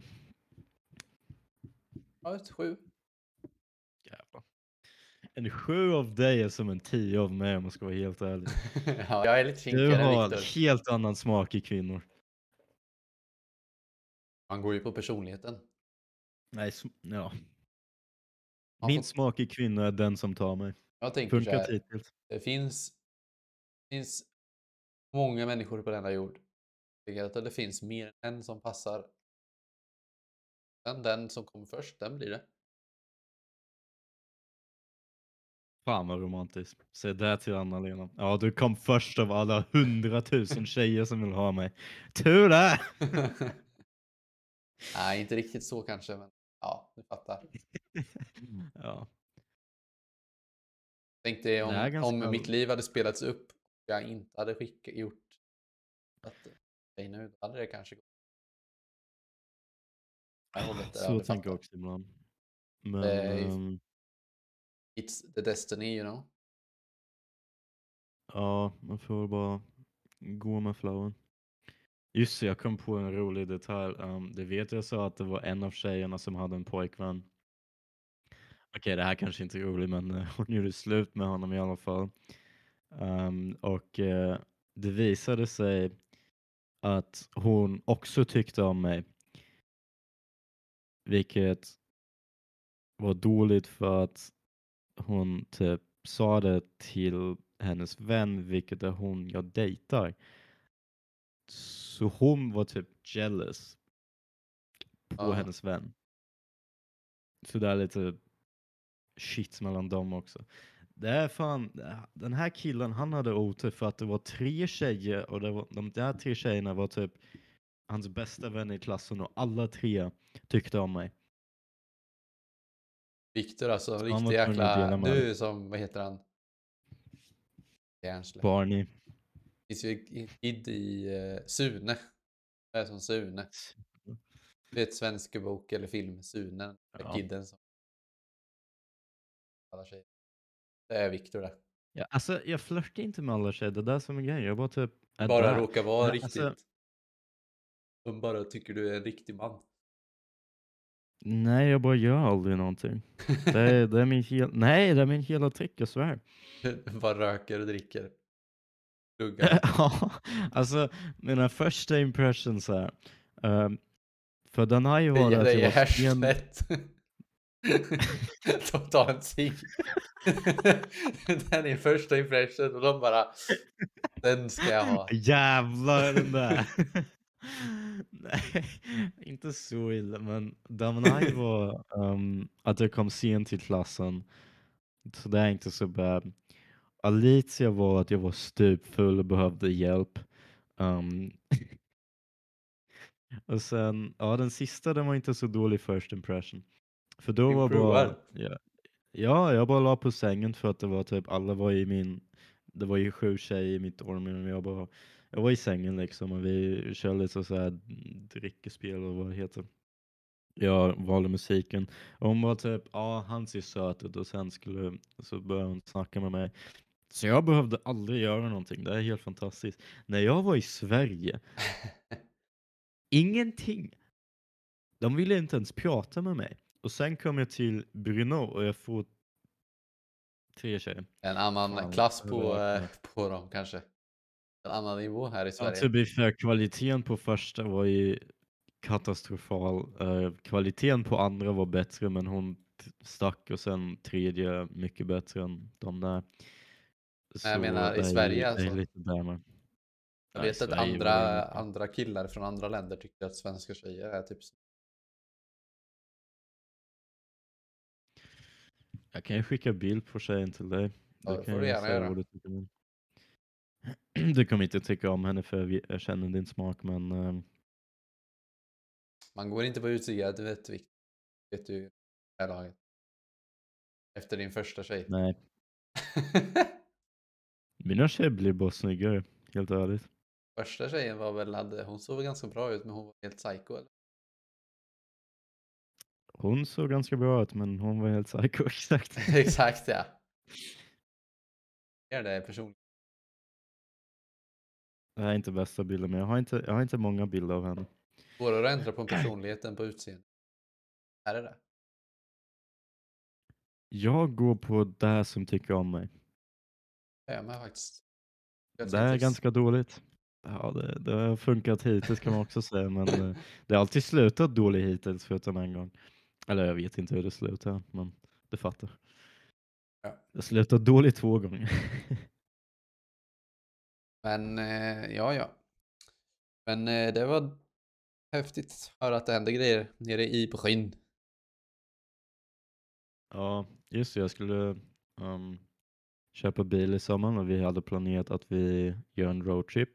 Ja, ett sju. Jävlar. En sju av dig är som en tio av mig, om man ska vara helt ärlig. Ja, jag är lite Du kinkigare än har Viktor. helt annan smak i kvinnor. Man går ju på personligheten. Nej, sm- ja. Man Min får, smak i kvinnor är den som tar mig. jag tänker så Funkat här. hittills. Det finns, finns många människor på denna jord. Jag tycker att det finns mer än en som passar. Den, den som kommer först, den blir det. Fan vad romantiskt. Säg det till Anna-Lena. Ja, du kom först av alla hundratusen tjejer som vill ha mig. Tur det! Nej, inte riktigt så kanske, men ja, du fattar. Ja. Tänk dig Det är om, ganska- om mitt liv hade spelats upp och jag inte hade skickat, gjort att dig nu, då hade det kanske gått. Det här hållet där, ja, Så du tänker jag fattar. också ibland. Men, Det är ju- ehm, It's the destiny, you know. ja, man får bara gå med flowen. Just det, jag kom på en rolig detalj. Um, det vet jag sa att det var en av tjejerna som hade en pojkvän. Okej, det här kanske inte är roligt, men eh, hon gjorde slut med honom i alla fall. Ehm, och eh, det visade sig att hon också tyckte om mig, vilket var dåligt för att hon typ sa det till hennes vän, vilket är hon jag dejtar. Så hon var typ jealous på Ja. hennes vän. Så det är lite shit mellan dem också. Det är fan, den här killen, han hade otur för att det var tre tjejer och det var, de där tre tjejerna var typ hans bästa vän i klassen och alla tre tyckte om mig. Viktor alltså, en Så han riktig var tvungen att jäkla... dela med det. Du som, vad heter han? Järnsläpp. Barney. Det finns ju en kid i uh, Sune. Det är som Sune. Det är ett svensk bok eller film, Sune. Den Ja. kidden som alla tjejer. Det är Viktor det. Ja, alltså jag flörtar inte med alla tjejer, det är det som är grejen. Jag bara typ är Bara där. råkar vara Men, riktigt. alltså, De bara tycker du är en riktig man. nej, jag bara gör aldrig någonting. Det är, det är min hel... Nej, det är min hela trick, jag svär. Bara röker och dricker. Pluggar. Ja, alltså mina första impressions här. Um, för den har ju varit Feja att dig jag i var sten... härslet. Ta, ta en cigg. Den är första impression och de bara, den ska jag ha. Jävlar den där. Nej, inte så illa, men Damanai var um, att jag kom sent till klassen. Så det är inte så bad. Alicia var att jag var stupfull och behövde hjälp. Um, och sen, ja, den sista, den var inte så dålig first impression. För då var bara, Improvar. ja, ja, jag bara la på sängen för att det var typ, alla var i min, det var ju sju tjejer i mitt dorm, men jag bara, jag var i sängen liksom och vi körde lite så här drickespel och vad det heter. Jag valde musiken. Och hon var typ, ja, han ser söt ut och sen skulle, så började hon snacka med mig. Så jag behövde aldrig göra någonting. Det är helt fantastiskt. När jag var i Sverige, ingenting. De ville inte ens prata med mig. Och sen kom jag till Brno och jag får tre tjejer. En annan Fan, klass det på, var- eh, på dem kanske. En annan nivå här i Ja, Sverige. to be fair, kvaliteten på första var ju katastrofal. Uh, kvaliteten på andra var bättre, men hon t- stack och sen tredje mycket bättre än de där. Men jag Så menar i det är, Sverige det är alltså. lite där med. Jag Nej, vet att Sverige var andra, inget. andra killar från andra länder tycker att svenska tjejer är typ... Jag kan ju skicka bild på tjejen till dig. Ja, Du det kan får du ju gärna säga göra. vad du tycker om. Du kommer inte tycka om henne för vi- jag känner din smak, men ehm, Man går inte på utsidan, du vet, Vic- vet du det här laget. Efter din första tjej. nej. Mina tjejer blir bara snyggare, helt ärligt. Första tjejen var väl, hade, hon såg väl ganska bra ut men hon var helt psycho eller? Hon såg ganska bra ut, men hon var helt psycho, exakt. Exakt ja. Är det personligt? Det här är inte bästa bilden, men jag har inte, jag har inte många bilder av henne. Svårare att ändra på en personlighet än på utseende. Här är det. Jag går på det som tycker om mig. Det är med faktiskt. Jag Det är hittills. ganska dåligt. Ja, det, det har funkat hittills kan man också säga, men eh, det har alltid slutat dåligt hittills förutom en gång. Eller jag vet inte hur det slutar, men det fattar. Ja. Det slutar dåligt två gånger. Men eh, ja, ja. Men eh, det var häftigt att höra att det händer grejer nere i på skinn. Ja, just det. Jag skulle um, köpa bil i sommar och vi hade planerat att vi gör en roadtrip.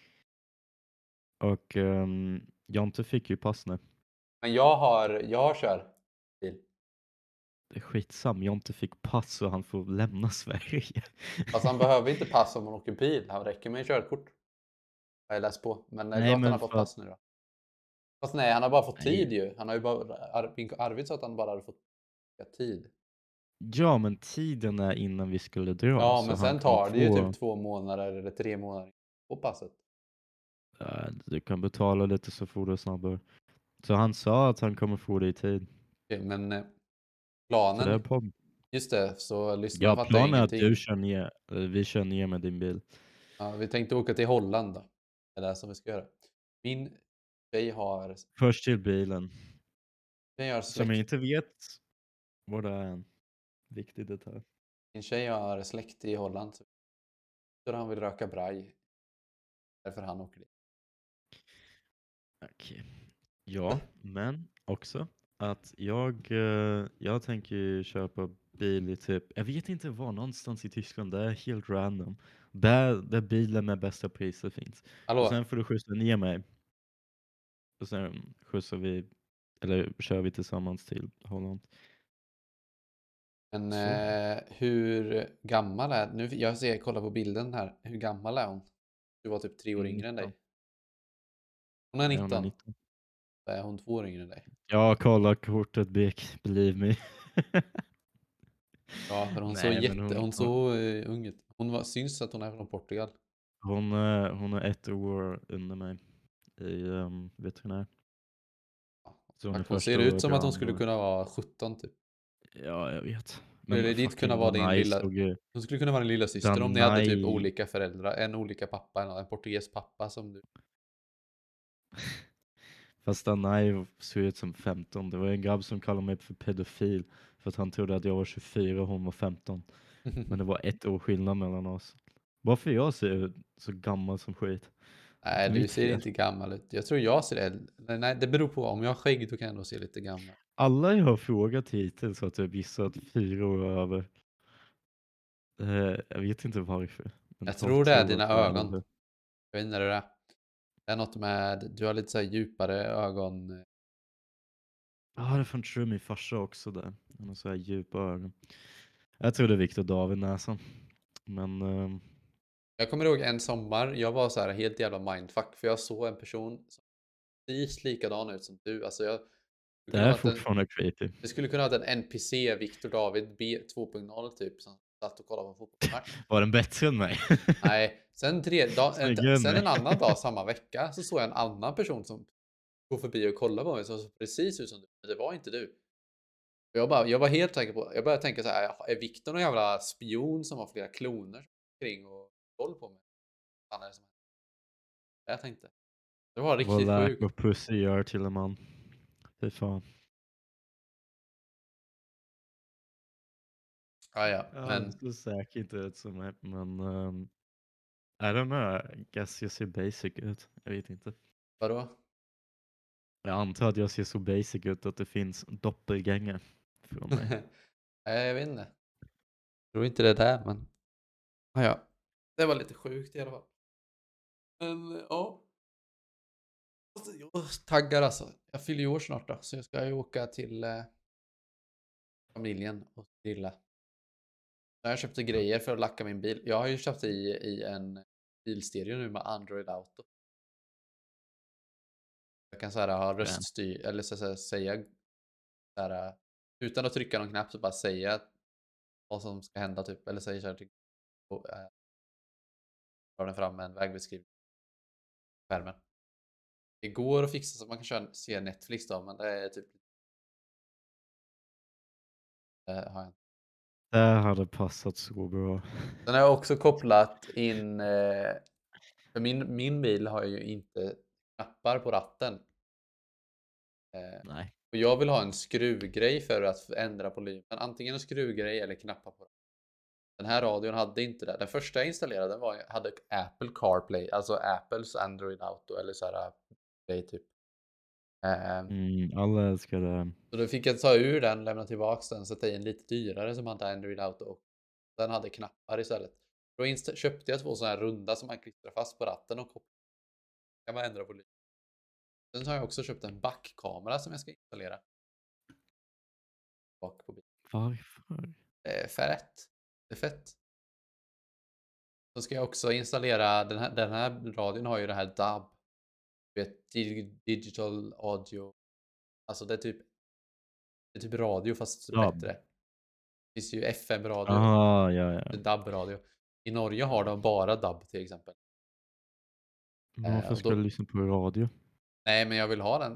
Och um, Jonte fick ju pass nu. Men jag har, jag kör bil. Det är skitsam. Jonte fick pass och han får lämna Sverige. Fast han behöver inte pass om man åker bil. Han räcker med körkort. Jag har läst på. Men det är Nej, bra att han men har fått för att- pass nu då. Fast nej, han har bara fått Nej. tid ju. Han har ju bara, Ar- Arvid sa att han bara hade fått tid. Ja, men tiden är innan vi skulle dra. Ja, så men han sen kommer tar det ju få- typ två månader eller tre månader på passet. Ja, du kan betala lite så får du snabbare. Så han sa att han kommer få det i tid. Okej, men eh, För det är planen, podd. just det, så lyssnarna Ja, fattar ju planen är att ingenting. du kör ner, eh, vi kör ner med din bil. Ja, vi tänkte åka till Holland då. Det är det som vi ska göra. Min tjej har, Först till bilen. tjej har Som jag släkt, inte vet vad det är en viktig detalj. min tjej har släkt i Holland. Så han vill röka braj. Därför han åker dit. Okej. Ja, men också att jag, eh, jag tänker ju köpa bil i typ, jag vet inte var någonstans i Tyskland, det är helt random. Där, där bilen med bästa priset finns. Och Hallå? sen får du skjutsa ner mig. Och sen skjutsar vi, eller kör vi tillsammans till Holland. Men Så. eh, hur gammal är, nu jag ser, kolla på bilden här. Hur gammal är hon? Du var typ tre år yngre än nitton. dig. Hon är Nej, hon är nitton. nitton. Då är hon två år yngre än dig. Ja, kolla kortet Beck, believe me. Ja, för hon såg Nej, men jätte, hon, hon hon, såg uh, ung ut. Hon var, syns att hon är från Portugal. hon, är, hon är ett år under mig i um, veterinär. Ja, Så hon är tack, hon första ser ut året som och att hon andra skulle året. kunna vara sjutton typ. Ja, jag vet. Skulle Men legit kunna fucking vara vad din nice lilla, såg ju. hon skulle kunna vara din lilla syster om ni hade typ Danai. olika föräldrar. En olika pappa, en, en portugis pappa som du. Fast Danai såg ut som femton. Det var en grabb som kallade mig för pedofil. För att han trodde att jag var tjugofyra och hon var femton. Men det var ett år skillnad mellan oss. Varför jag ser ut så gammal som skit? Nej, du Mitt ser fel. inte gammal ut. Jag tror jag ser äldre. Nej, nej, det beror på. Om jag har skägg då kan jag nog se lite gammal. Alla jag har frågat hittills har typ gissat fyra år över. Eh, jag vet inte varför. Men Jag folk tror det är tror dina att jag är ögon. äldre. Jag vet inte det är. Det är något med, du har lite så här djupare ögon. Ja, det fanns ju min farsa också där. Han har så här djupa ögon. Jag tror det är Viktor David näsan. Men ehm, Jag kommer ihåg en sommar, jag var så här helt jävla mindfuck. För jag såg en person som precis likadan ut som du. Alltså jag, det det kunde är ha varit en, fortfarande creepy. det skulle kunna ha varit en N P C, Viktor David B två punkt noll typ. Som satt och kollade på fotbollsmatch. Var den bättre än mig? Nej, sen, tre, dag, Snyggare en, än sen mig. en annan dag samma vecka så såg jag en annan person som går förbi och kollar på mig som såg precis ut som du. Men det var inte du. Och Jag, bara, jag var helt säker på, jag började tänka så här, är Viktor någon jävla spion som har flera kloner kring och koll på mig? Han är det som jag tänkte. Det var Vad riktigt lack sjukt. of pussy gör till en man. Fy fan. Ja, ja, Ja, men det ser säkert inte ut som mig. Men um, I don't know. I guess jag ser basic ut. Jag vet inte. vadå? Jag antar att jag ser så basic ut att det finns doppelgänger från mig. Nej, jag vet inte. Jag tror inte det där, men ja, ja. Det var lite sjukt i alla fall. Men ja. Alltså, jag taggar alltså. Jag fyller ju år snart då, så jag ska ju åka till eh, familjen och grilla. Jag har köpt grejer för att lacka min bil. Jag har ju köpt i, i en bilstereo nu med Android Auto. Jag kan så här ha röststyr eller så här, säga så här, utan att trycka någon knapp så bara säga vad som ska hända typ. Eller säga så här, och, äh, drar den fram med en vägbeskrivning på skärmen. Det går att fixa så att man kan köra, se Netflix då, men det är typ det har jag inte. Det hade passat så bra. Sen har jag också kopplat in eh, för min, min bil har ju inte knappar på ratten. Eh, Nej. och jag vill ha en skruvgrej för att ändra på volymen. Antingen en skruvgrej eller knappar på ratten. Den här radion hade inte det. Den första jag installerade var, hade Apple CarPlay, alltså Apples Android Auto eller så här grej typ. Eh, Mm, alla älskar det. så då fick jag ta ur den, lämna tillbaks den, sätta i en lite dyrare som hade Android Auto och den hade knappar istället. Då insta- köpte jag två sådana här runda som man klistrar fast på ratten och kopplar. Kan man ändra volym. Sen har jag också köpt en backkamera som jag ska installera. Bak på bilen. Varför? Eh, fett. Det är fett. Så ska jag också installera, den här, den här radion har ju det här D A B. Du vet, dig- digital audio. Alltså det är typ, det är typ radio fast D A B. bättre. Det finns ju F M-radio. Aha, ja, ja. D A B-radio. I Norge har de bara D A B till exempel. Men Eh, varför och ska då, du lyssna på radio? nej, men jag vill ha den.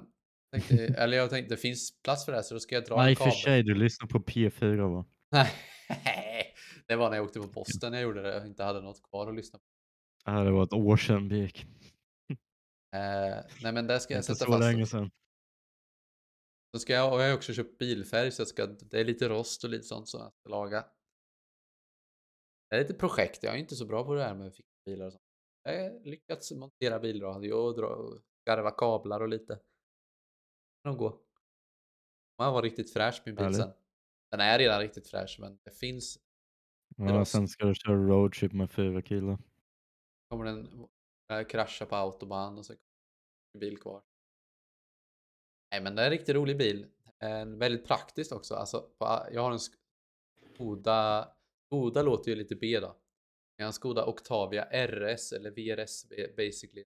Tänkte, eller jag tänkte det finns plats för det här så då ska jag dra Nej, en i och för kabel. sig, du lyssnar på P fyra va? Nej, det var när jag åkte på Okej. posten jag gjorde det. Jag inte hade något kvar att lyssna på. Ja, det var ett år sedan vi gick. Eh, nej men där ska jag Inte sätta så fast länge den. sedan. Så ska jag, och jag har också köpt bilfärg så jag ska, det är lite rost och lite sånt som jag ska laga. Det är lite projekt, jag är inte så bra på det här med fixa bilar och sånt. Jag har lyckats montera bilradio och dra och garva kablar och lite. Det kan nog gå. Den var riktigt fräsch min bil Härligt. sen. Den är redan riktigt fräsch men det finns Ja, rost. sen ska du köra roadtrip med fyra killar. Kommer den äh, krascha på autobahn och så kommer en bil kvar. Nej men det är en riktigt rolig bil. En väldigt praktiskt också. Alltså, på, jag har en Skoda. Skoda låter ju lite B då. Jag har en Skoda Octavia R S eller V R S basically.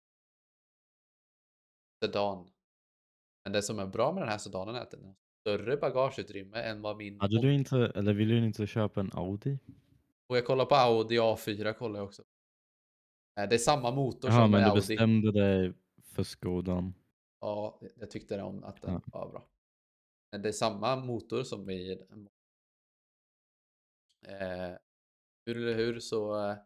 Sedan. Men det som är bra med den här sedanen är att den har större bagageutrymme än vad min. Hade du inte, eller vill du inte köpa en Audi? Och jag kollar på Audi A fyra kollar jag också. Eh, Det är samma motor Jaha, som i men du Audi. bestämde dig för Skodan. Ja, jag tyckte om att den Ja. var bra. Men det är samma motor som i eh, hur eller hur så eh,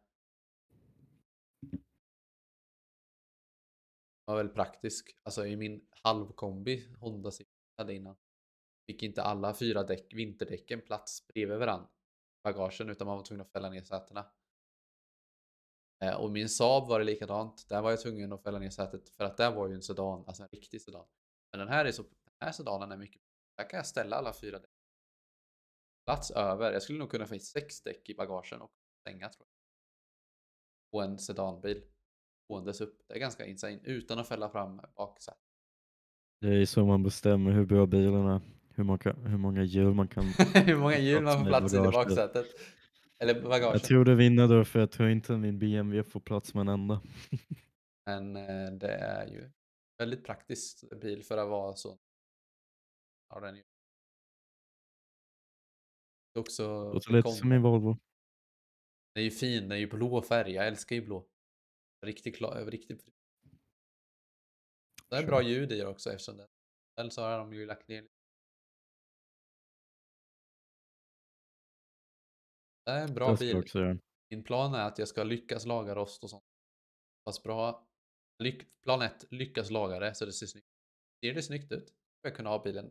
var väl praktisk. Alltså i min halvkombi Honda Civic hade innan fick inte alla fyra däck, vinterdäcken plats bredvid varandra bagagen utan man var tvungen att fälla ner sätena. Eh, och min Saab var det likadant. Där var jag tvungen att fälla ner sätet för att där var ju en sedan, alltså en riktig sedan. Men den här är så, den här sedanen är mycket. Där kan jag ställa alla fyra däck. Plats över. Jag skulle nog kunna få in sex däck i bagagen och stänga tror jag. På en sedanbil. Gåendes upp. Det är ganska insane utan att fälla fram baksätet. Det är så man bestämmer hur bra bilen är. Hur många, hur många hjul man kan Hur många få hjul man plats får med i plats i det bagaget. baksätet. Eller bagagen. Jag tror du vinner då för jag tror inte min B M W får plats med en enda. Men eh, det är ju väldigt praktiskt bil för att vara så. Ja, den är ju också Låter lite kon. som min Volvo. Den är ju fin, den är ju blå färg. Jag älskar ju blå. Riktigt klar, riktigt. Det är bra Sure. ljud i också eftersom det. Eller så har de ju lagt ner. Det är en bra Det ska jag bil. också göra. Min plan är att jag ska lyckas laga rost och sånt. Fast bra. Lyck, plan ett, lyckas laga det så det ser snyggt. Ser det snyggt ut? Jag kunna ha bilen.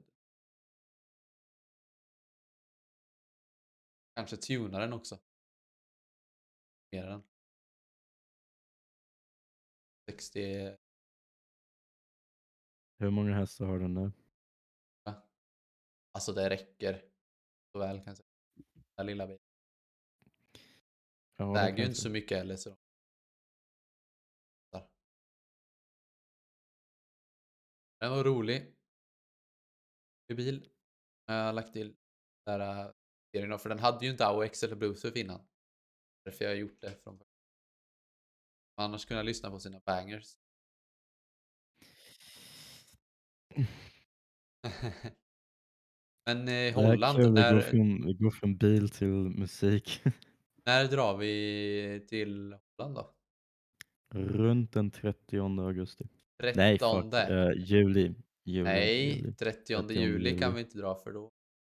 Kanske tuna den också. Mer den. sextio. Hur många hästar har den nu? Alltså det räcker. Så väl kan jag säga. Den lilla bilen. Ja, det Väger ju kan inte så mycket heller så. Den var rolig. I bil. Jag har lagt till där serien för den hade ju inte A U X eller Bluetooth innan. Därför jag har gjort det från början. Annars kunde jag lyssna på sina bangers. Men i Holland, kul, vi, går när, från, vi går från bil till musik. när drar vi till Holland då? Runt den trettionde augusti. trettonde. Nej, fuck. Uh, juli. juli. Nej, juli. trettionde juli kan vi inte dra för då.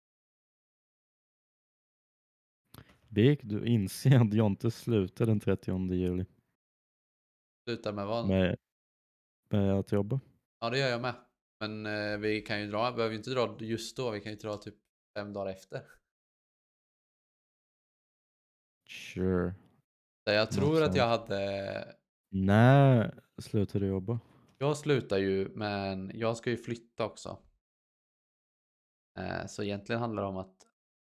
Bek, du inser att jag inte slutar den trettionde juli. Sluta med vad? Med, med att jobba. Ja, det gör jag med. Men eh, vi kan ju dra, behöver inte dra just då. Vi kan ju dra typ fem dagar efter. Sure. Så jag tror att sånt. jag hade. När slutar du jobba? Jag slutar ju, men jag ska ju flytta också. Eh, så egentligen handlar det om att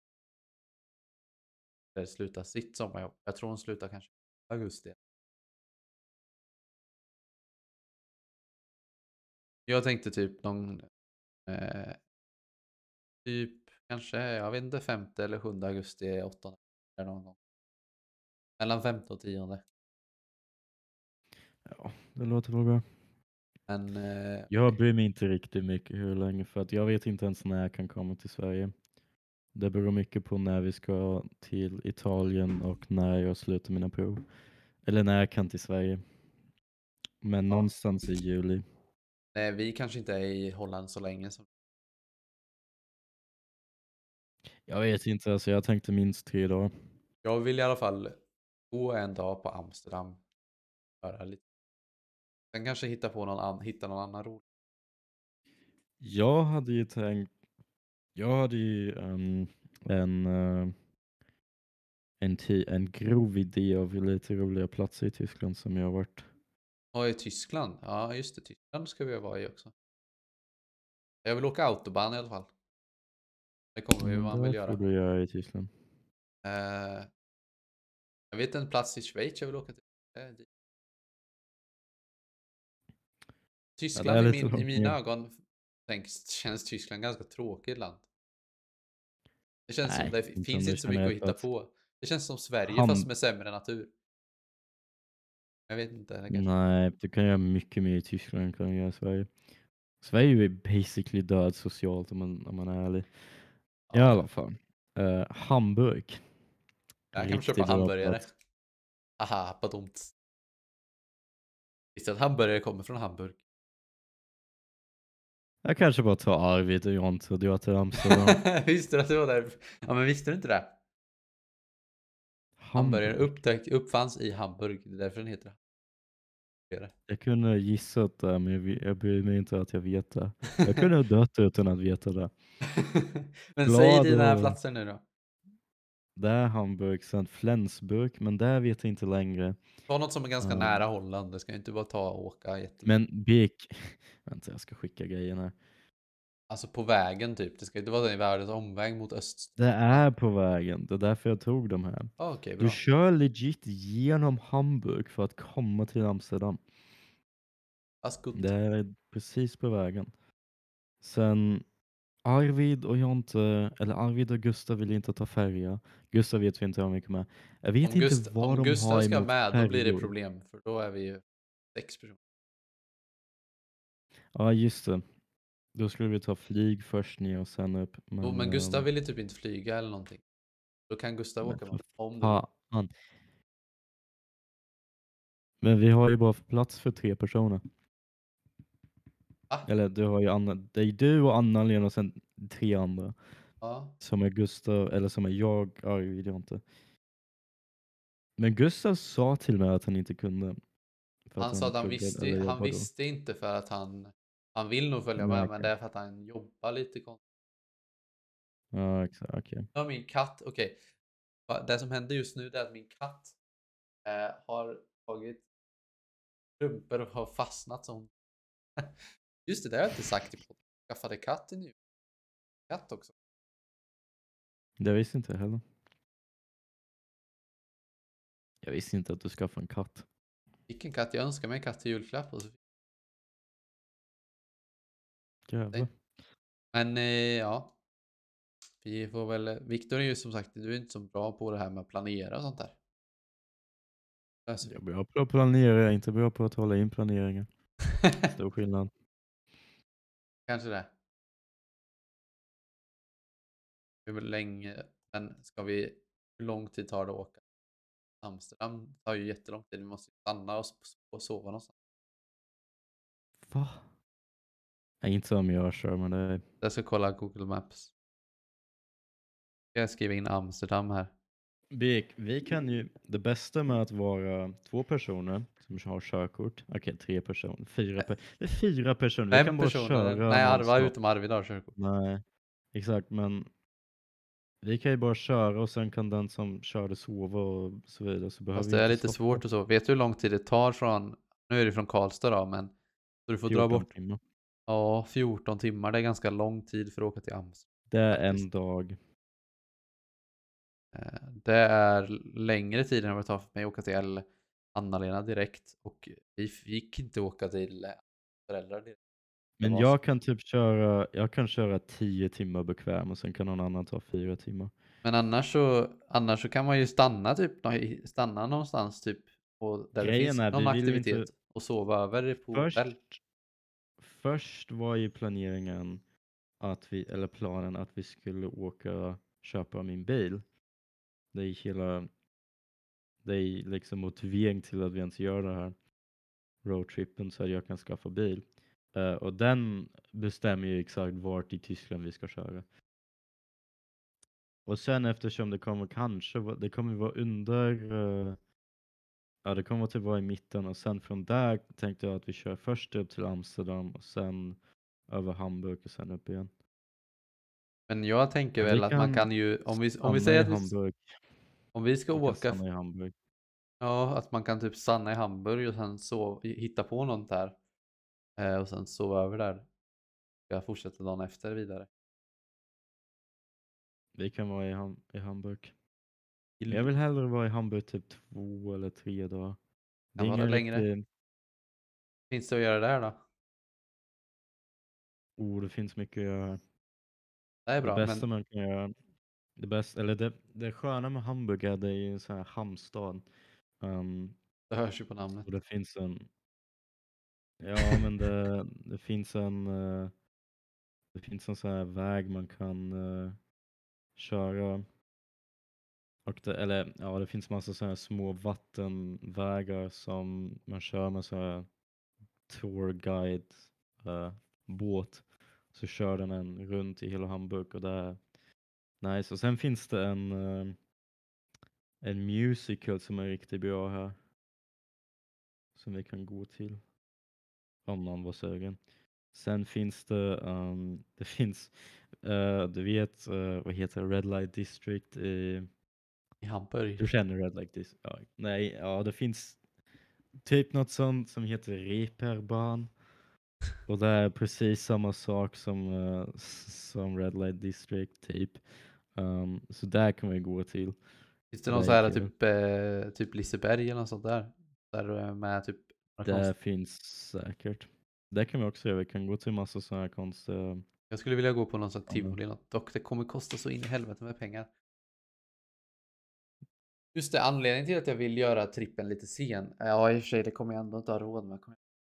sluta sitt sommarjobb. Jag tror hon slutar kanske i augusti. Jag tänkte typ någon eh, typ kanske, jag vet inte, femte eller sjunde augusti, åttonde eller någon gång. Mellan femte och tionde. Ja, det låter väl bra. Men eh, Jag bryr mig inte riktigt mycket hur länge för att jag vet inte ens när jag kan komma till Sverige. Det beror mycket på när vi ska till Italien och när jag slutar mina prov. Eller när jag kan till Sverige. Men ja. någonstans i juli. Nej, vi kanske inte är i Holland så länge. Som... Jag vet inte, alltså jag tänkte minst tre dagar. Jag vill i alla fall gå en dag på Amsterdam. Göra lite. Sen kanske hitta på någon, an... hitta någon annan rolig. Jag hade ju tänkt, jag hade ju um, en, uh, en, ti- en grov idé av lite roliga platser i Tyskland som jag har varit. Och i Tyskland. Ja, just det. Tyskland ska vi vara i också. Jag vill åka autobahn i alla fall. Det kommer vi Mm, man väl där får göra. du göra i Tyskland. Eh, jag vet en plats i Schweiz jag vill åka till. Eh, dit. Ja, det är Tyskland i, lite min, i långt mina ner. ögon tänks, känns Tyskland ganska tråkigt land. Det känns som Nej, det inte om finns du inte så känner mycket att efter hitta att på. Det känns som Sverige fast han... med sämre natur. Jag vet inte. Det kanske... Nej, du kan göra mycket mer i Tyskland än kan du göra i Sverige. Sverige är basically död socialt om man, om man är ärlig. I Ja, alla fall. Uh, Hamburg. där kan man köpa Riktigt bra hamburgare. plats. Aha, på dumt. Visst att hamburgare kommer från Hamburg. Jag kanske bara tar Arvid och Jonte och drar till Amsterdam. Visste du att det var där? Ja, men visste du inte det? Hamburgaren Hamburg. upptäck, uppfanns i Hamburg. Det är därför den heter hamburgare. Jag kunde ha gissat det, men jag, vi- jag bryr mig inte att jag vet det. Jag kunde ha dött utan att veta det. Men säg Glad dina och... platser nu då. Det är Hamburg, sen Flensburg, men där vet jag inte längre. Ta något som är ganska Um, nära Holland. Det ska ju inte bara ta och åka jättelångt. men Beek... Vänta, jag ska skicka grejen här. Alltså på vägen typ. Det ska inte vara en världens omväg mot öst. Det är på vägen, det är därför jag tog de här. Ah, okej, Du bra. kör legit genom Hamburg för att komma till Amsterdam. That's good. Det är precis på vägen. Sen Arvid och Jonte, eller Arvid och Gustav vill inte ta färja. Gustav vet vi inte om vi kommer. Jag vet Om, inte Gust vad om de Gustav har ska emot med, då blir det färjor. problem. För då är vi ju sex personer. Ja, just det. Då skulle vi ta flyg först ner och sen upp. Men, Oh, men Gustav ehm, vill ju typ inte flyga eller någonting. Då kan Gustav men åka för med. Om du vill. fan. Men vi har ju bara plats för tre personer. Ah, Eller du har ju Anna, det är du och Anna-Lena och sen tre andra. ja. Som är Gustav, eller som är jag, Arvid, jag inte. Men Gustav sa till mig att han inte kunde. För att Han sa han att han pluggade visste, eller han jobbade då. visste inte för att han han vill nog följa Nej, med, men okej. det är för att han jobbar lite konstigt. Ja, exakt, okej. Nu har min katt, okej. Va- Det som händer just nu är att min katt eh, har tagit strumpor och har fastnat som... Just det, det har jag inte sagt i podden. Jag skaffade katt i nu. Katt också. Det visste inte jag heller. Jag visste inte att du skaffade en katt. Vilken katt? Jag önskar mig en katt i julklapp. Och så... Jävlar. Men eh, ja. Vi får väl... Viktor är ju som sagt, du är inte så bra på det här med att planera och sånt där. Löser vi. Jag är bra på att planera, jag är inte bra på att hålla in planeringen. Stor skillnad. Kanske det. Hur länge, men ska vi, hur lång tid tar det att åka? Amsterdam tar ju jättelång tid, vi måste ju stanna och, och sova någonstans. Va? Nej, inte som jag kör, men det är... Jag ska kolla Google Maps. Jag skriver in Amsterdam här. Vi, vi kan ju, det bästa med att vara två personer som har körkort, okej tre personer, fyra, per, det är fyra personer, vi Fem kan bara personer, köra nej Arva nonstop. utom Arvid har körkort. Nej, exakt, men vi kan ju bara köra och sen kan den som körde sova och så vidare, så behöver Fast vi det är inte lite stoppa. svårt och så. Vet du hur lång tid det tar från, nu är det från Karlstad då, men så du får dra fjorton bort, timmar. ja, fjorton timmar. Det är ganska lång tid för att åka till Amsterdam. Det är Faktiskt. en dag. Eh, Det är längre tid än vad det tar för mig att åka till Anna-Lena direkt. Och vi fick inte åka till föräldrar direkt. Det Men var så. jag kan typ köra, jag kan köra tio timmar bekväm och sen kan någon annan ta fyra timmar. Men annars så, annars så kan man ju stanna typ stanna någonstans typ och där det Grejen finns är, någon vi vill ju aktivitet inte... och sova över på hotell. Först, först var ju planeringen att vi, eller planen att vi skulle åka köpa min bil. Det är hela, det är liksom motivering till att vi ens gör det här roadtrippen så att jag kan skaffa bil. Eh, och den bestämmer ju exakt vart i Tyskland vi ska köra. Och sen eftersom det kommer kanske va- det kommer vara under eh, ja det kommer att vara i mitten och sen från där tänkte jag att vi kör först upp till Amsterdam och sen över Hamburg och sen upp igen. Men jag tänker Men vi väl att man kan kan ju, om vi, om vi stanna säger i att vi, s- Hamburg. om vi ska Vi kan åka, f- stanna i Hamburg. ja, att man kan typ stanna i Hamburg och sen sova, hitta på något där. Eh, och sen sova över där. Jag fortsätter dagen efter vidare. Vi kan vara i, Ham i Hamburg. Vill Jag du? vill hellre vara i Hamburg typ två eller tre dagar. Det är Kan vara ingen längre. riktig... Finns det att göra där då? Oh, det finns mycket att göra. Det är Det bra, bästa men man kan göra, det bästa, eller det, det sköna med Hamburg är att det är en sån här hamnstad. Um, det hörs ju på namnet. och det finns en, ja men det, det finns en, eh, det finns en sån här väg man kan eh, köra. Och det, eller ja, det finns massa såna här små vattenvägar som man kör med så här tourguide eh, båt. Så kör den en runt i hela Hamburg och det är nice. Och sen finns det en eh, en musical som är riktigt bra här. Som vi kan gå till. Om någon var sugen. Sen finns det, um, det finns, uh, du vet, uh, vad heter det? Red Light District i, I Hamburg. du känner Red Light District? Ja, nej, ja det finns typ något sånt som heter Reeperbahn. Och det är precis samma sak som, uh, s- som Red Light District typ. Um, så där kan vi gå till. Finns det Så någon det så är här kul. typ, eh, typ Liseberg eller något sånt där? Där med typ några Det konst. finns säkert. Det kan vi också göra. Vi kan gå till massa sådana här konstiga... Jag skulle vilja gå på någon sån här Ja, men- tivoli eller något. Dock det kommer kosta så in i helvete med pengar. Just det, anledningen till att jag vill göra trippen lite sen. Ja, i och för sig, det kommer jag ändå inte ha råd med.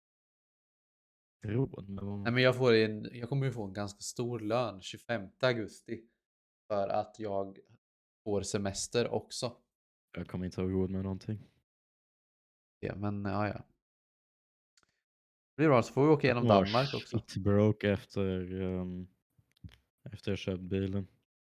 Råd med vad Nej, man... men jag får en, jag kommer ju få en ganska stor lön tjugofemte augusti. För att jag får semester också. Jag kommer inte ha råd med någonting. Ja, men ja, ja. Det blir bra, så får vi åka Jag igenom kommer vara Danmark också. shit broke efter, um, efter jag köpt bilen.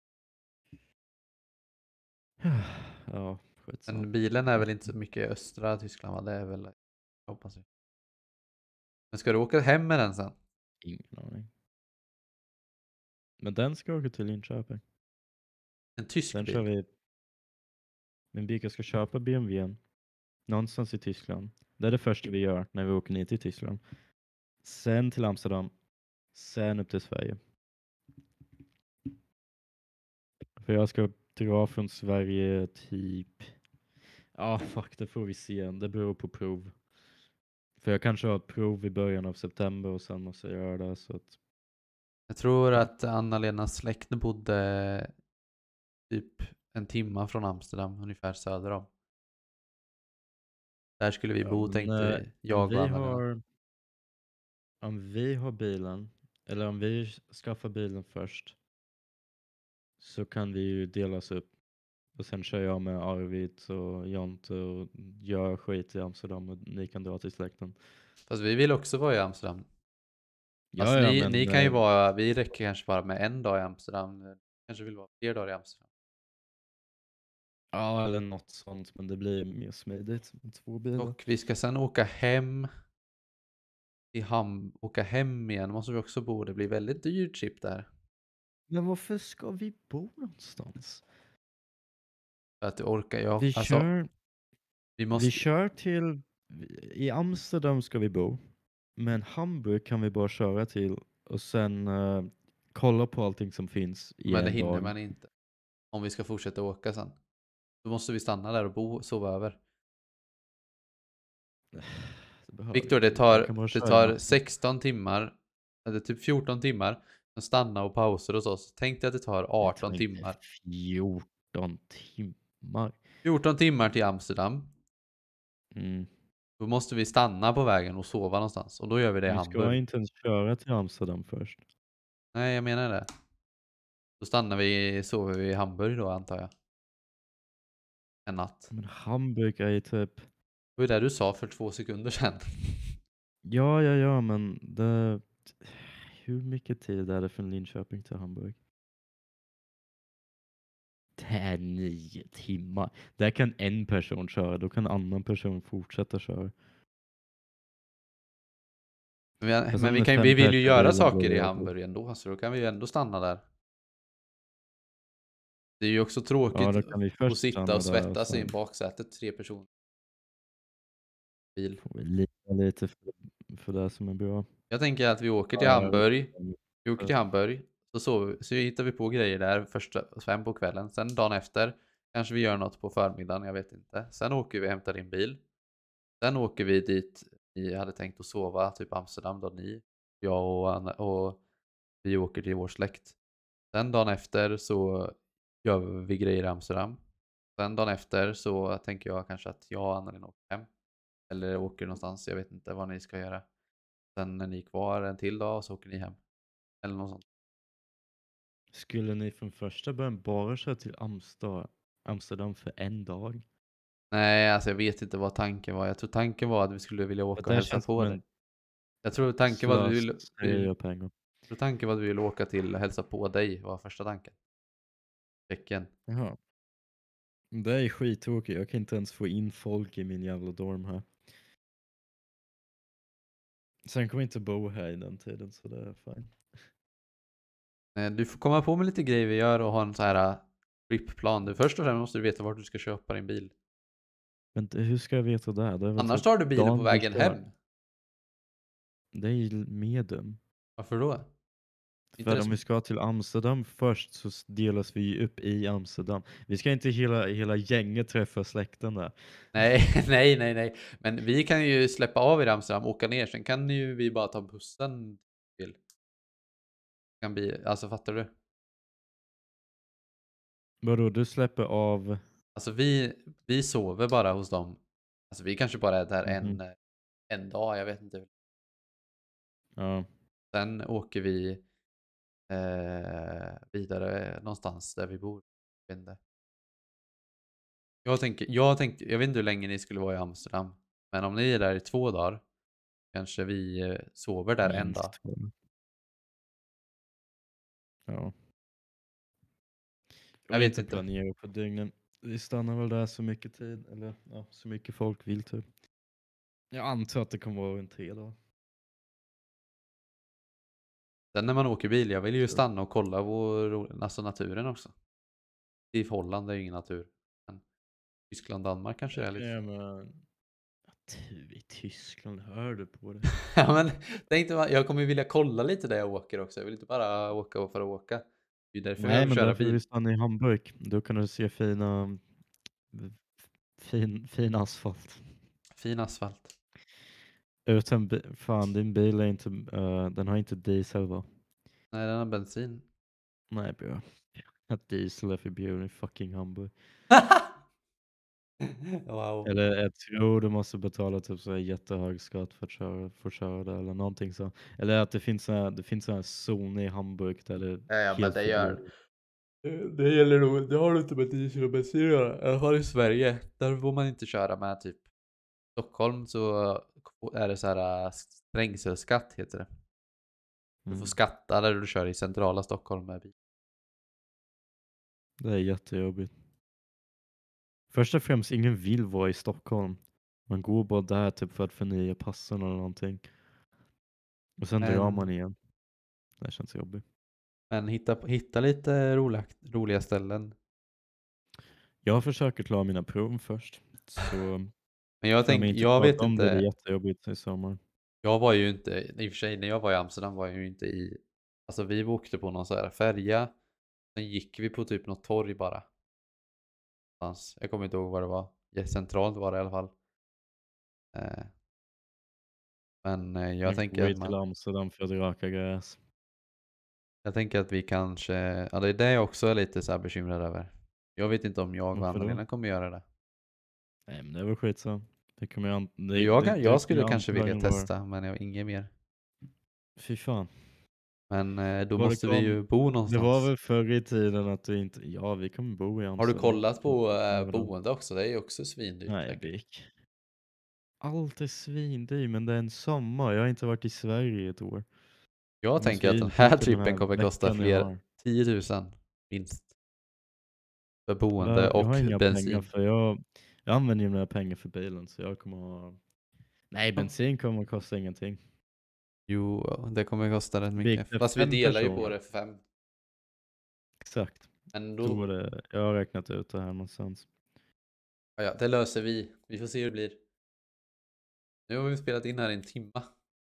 Ja, skitsamma. Men bilen är väl inte så mycket i östra Tyskland, va? Det är väl, jag hoppas jag. Men ska du åka hem med den sen? Ingen aning. Men den ska åka till Linköping. En tysk Sen bil? kör vi... Min bil ska köpa B M W någonstans i Tyskland. Det är det första vi gör när vi åker ner till Tyskland. Sen till Amsterdam. Sen upp till Sverige. För jag ska dra från Sverige typ... Ja, fuck, det får vi se. Det beror på prov. För jag kanske har ett prov i början av september och sen måste jag göra det. Så att... Jag tror att Anna-Lenas släkt bodde typ en timma från Amsterdam, ungefär söder om. Där skulle vi Ja, bo, men, tänkte eh, vi. om Jag och vi Anna-Lena. har... Om vi har bilen, eller om vi skaffar bilen först, så kan vi ju delas upp. Och sen kör jag med Arvid och Jonte och gör skit i Amsterdam och ni kan dra till släkten. Fast vi vill också vara i Amsterdam. Fast Ja, ja, ni, men ni kan ju eh, vara, vi räcker kanske bara med en dag i Amsterdam. Ni kanske vill vara fler dagar i Amsterdam. ja, eller något sånt, men det blir mer smidigt med två bilar. Och vi ska sen åka hem i Ham, åka hem igen. Måste vi också bo. Det blir väldigt dyr trip där. Men varför ska vi bo någonstans? För att du orkar. Jag, Vi alltså, kör, vi vi måste. kör till, i Amsterdam ska vi bo, men Hamburg kan vi bara köra till och sen eh, kolla på allting som finns i Men det en hinner dag. man inte. Om vi ska fortsätta åka sen. Då måste vi stanna där och bo, sova över. Det behöver Viktor, vi det inte. Vi tar, kan bara det köra tar natten. sexton timmar. Eller typ fjorton timmar. Att stanna och pauser hos oss. Tänk dig att det tar Det tar arton inte timmar. fjorton timmar. fjorton timmar till Amsterdam. Mm. Då måste vi stanna på vägen och sova någonstans. Och då gör vi det i Vi ska Hamburg. inte ens köra till Amsterdam först. Nej, jag menar det. Då stannar vi, sover vi i Hamburg då, antar jag. En natt. Men Hamburg är ju typ... Det var ju det du sa för två sekunder sedan. Ja, ja, ja, men det... Hur mycket tid är det från Linköping till Hamburg? Det är nio timmar. Där kan en person köra, då kan en annan person fortsätta köra. Men, Fast men om vi, med kan, vi fem vill pers ju i göra bilen blir saker det i jobbigt. Hamburg ändå, så då kan vi ju ändå stanna där. Det är ju också Ja, tråkigt då kan vi att först sitta stanna och där och svettas i en sen baksätet, tre personer bil. får vi lita lite för, för det som är bra. Jag tänker att vi åker till Ja, jag vet Hamburg. inte. Vi åker till Hamburg. Så, sover, så hittar vi på grejer där första fem på kvällen. Sen dagen efter kanske vi gör något på förmiddagen, jag vet inte. Sen åker vi och hämtar din bil. Sen åker vi dit ni hade tänkt att sova, typ Amsterdam då ni, jag och, Anna, och vi åker till vår släkt. Sen dagen efter så gör vi grejer i Amsterdam. Sen dagen efter så tänker jag kanske att jag och Anna åker hem. Eller åker någonstans, jag vet inte vad ni ska göra. Sen är ni kvar en till dag och så åker ni hem. Eller något sånt. Skulle ni från första början bara köra till Amsterdam, Amsterdam för en dag? Nej, alltså jag vet inte vad tanken var. Jag tror tanken var att vi skulle vilja För åka och det hälsa känns som på dig. en Jag tror tanken var att vi ville, slöseri av pengar. jag tror tanken var att vi ville åka till och hälsa på dig, var första tanken. Tjeckien. Jaha. Det är skittråkigt. Jag kan inte ens få in folk i min jävla dorm här. Sen kommer jag inte bo här i den tiden, så det är fine. Eh, Du får komma på med lite grejer vi gör och ha en så här uh, tripplan. Du först och främst måste du veta vart du ska köpa din bil. Men det- hur ska jag veta det? Det är väl Annars typ tar du bilen på dagen vi vägen kör. hem. Det är ju medium. Varför då? Inte För det om vi som... ska till Amsterdam först så s- delas vi ju upp i Amsterdam. Vi ska inte hela, hela gänget träffa släkten där. Nej, nej, nej, nej. Men vi kan ju släppa av i Amsterdam, åka ner. Sen kan ju vi bara ta bussen till. Kan bli, alltså fattar du? Vadå, du släpper av... Alltså vi, vi sover bara hos dem. Alltså vi kanske bara är där Mhm. en, en dag, jag vet inte. Ja. Sen åker vi eh, vidare någonstans där vi bor. Jag vet inte. Jag tänker, jag tänkte, jag vet inte hur länge ni skulle vara i Amsterdam. Men om ni är där i två dagar, kanske vi eh, sover där en dag. Minst två. Ja. Jag Och vet inte inte. planera på dygnen. Vi stannar väl där så mycket tid, eller ja, så mycket folk vill typ. Jag antar att det kommer vara en tre dagar. Sen när man åker bil, jag vill ju Så. stanna och kolla på ro- alltså naturen också. I Holland är ju ingen natur. Men Tyskland, Danmark kanske Jag är kan lite. göra med... Du i Tyskland, hör du på det? Ja men tänkte man, jag kommer ju vilja kolla lite där jag åker också. Jag vill inte bara åka för att åka. Det är därför vi Nej, behöver men köra därför vi bil. stannar i Hamburg. Då kan du se fina, fin, fin asfalt. Fin asfalt. Utan, bi- fan din bil är inte, uh, den har inte diesel va? Nej, den har bensin. Nej bro. Att diesel är förbjuden i fucking Hamburg. Wow. Eller jag tror du måste betala typ så här jättehög skatt för att köra, för att köra det eller någonting så. Eller att det finns så här, det finns så här zon i Hamburg där det är Ja, ja, men helt det gör. förbjudet. Det det gäller nog, det har du inte med diesel och bensin att göra. I alla fall i Sverige. Där får man inte köra med typ Stockholm så är det så här äh, trängselskatt heter det. Du får Mm. skatta där du kör i centrala Stockholm med bil. Det är jättejobbigt. Först och främst, ingen vill vara i Stockholm. Man går bara där typ för att förnya passen eller någonting. Och sen drar man Men, igen. Det känns jobbigt. men hitta, hitta lite roliga, roliga ställen. Jag försöker klara mina prov först. Så Men jag för om jag tänk, inte jag klarat vet dem blir det inte. jättejobbigt i sommar. Jag var ju inte, i och för sig när jag var i Amsterdam var jag ju inte i, alltså vi åkte på någon så här färja. Sen gick vi på typ något torg bara. Någonstans. Jag kommer inte ihåg vad det var. Centralt var det i alla fall. Eh, Men eh, jag Man tänker går att ju till man, Amsterdam för att raka gräs. jag tänker att vi kanske, ja det är det jag också är lite så här bekymrad över. Jag vet inte om jag och Varför då? Anna-Lena kommer göra det. Nej men det var skitsamma. Det kommer jag, an- det, Jag, det, kan, det jag kommer skulle jag kanske vilja antagligen vara. testa, men jag har inget mer. Fy fan. Men eh, då Var det måste vi kom- ju bo Det någonstans. var väl förr i tiden att du inte, ja vi kommer bo i Har du Amsterdam. kollat på eh, Överallt. boende också? Det är ju också svindyrt Nej, säkert. Vik. allt är svindyrt, men det är en sommar. Jag har inte varit i Sverige i ett år. Jag Det är tänker att den här svindyrt på den trippen här kommer kosta veckan jag fler har. tio tusen minst. För boende Va? Jag och har inga pengar bensin. för jag, jag använder ju mina pengar för bilen så jag kommer ha... Nej, bensin kommer att kosta ingenting. Jo, det kommer kosta rätt Vi gick mycket. det Fast vi fem delar ju på personer. det för fem. Exakt. Men Jag tror då, det. Jag har räknat ut det här någonstans. ja, ja, det löser vi. Vi får se hur det blir. Nu har vi spelat in här i en timma.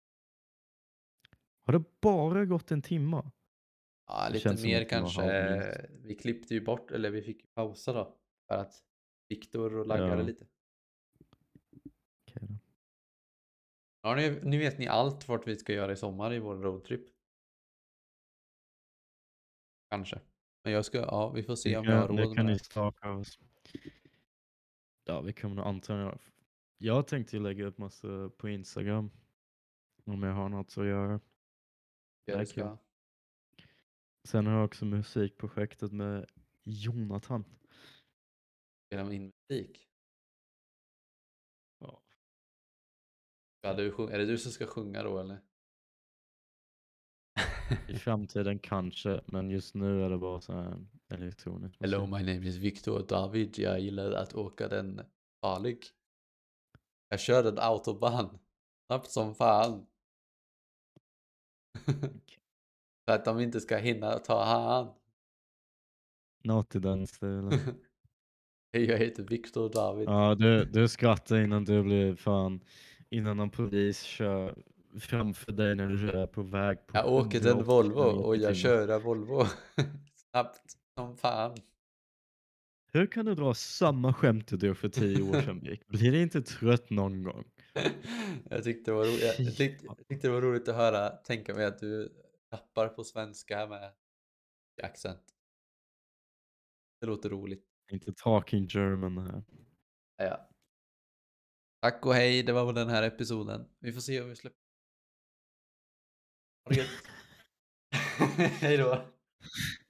Har det bara gått en timma? Ja, Det lite känns som mer att det var kanske. halvminst. Vi klippte ju bort, eller vi fick ju pausa då. För att Viktor och laggade Ja, lite. okej då. Ja, nu, nu vet ni allt vart vi ska göra i sommar i vår roadtrip. Kanske. Men jag ska, ja, vi får se Det om jag har kan, det råd med kan det ni här. staka oss. Ja, vi kommer nog antagligen göra. Jag tänkte ju lägga upp massa på Instagram. Om jag har något att göra. Ja, Det det är ska kul. jag. Sen har jag också musikprojektet med Jonathan. Spela in musik. Ja. Ja, du, sjung- är det du som ska sjunga då eller? I framtiden kanske, men just nu är det bara så här elektronisk musik. Hello, my name is Victor David. Jag gillar att åka den farlig. Jag kör en autobahn. Snabbt som fan. För att de inte ska hinna ta hand. Något i den stilen. Hej, jag heter Victor David. Ja, du, du skrattar innan du blir fan, innan någon polis kör framför dig när du är på väg på Jag åker till en hundraåttio Volvo och kilometer i jag timmen. kör en Volvo. Snabbt som fan. Hur kan du dra samma skämt du drog för tio år sedan, Vik? Blir det inte trött någon gång? Jag tyckte det var roligt. Jag, Fy jag, tyckte, fan. jag tyckte det var roligt att höra. Tänka mig att du rappar på svenska här med accent. Det låter roligt. Inte talking German här. Ja, ja. Tack och hej, det var väl den här episoden. Vi får se om vi släpper. Ha det gött. Hej då.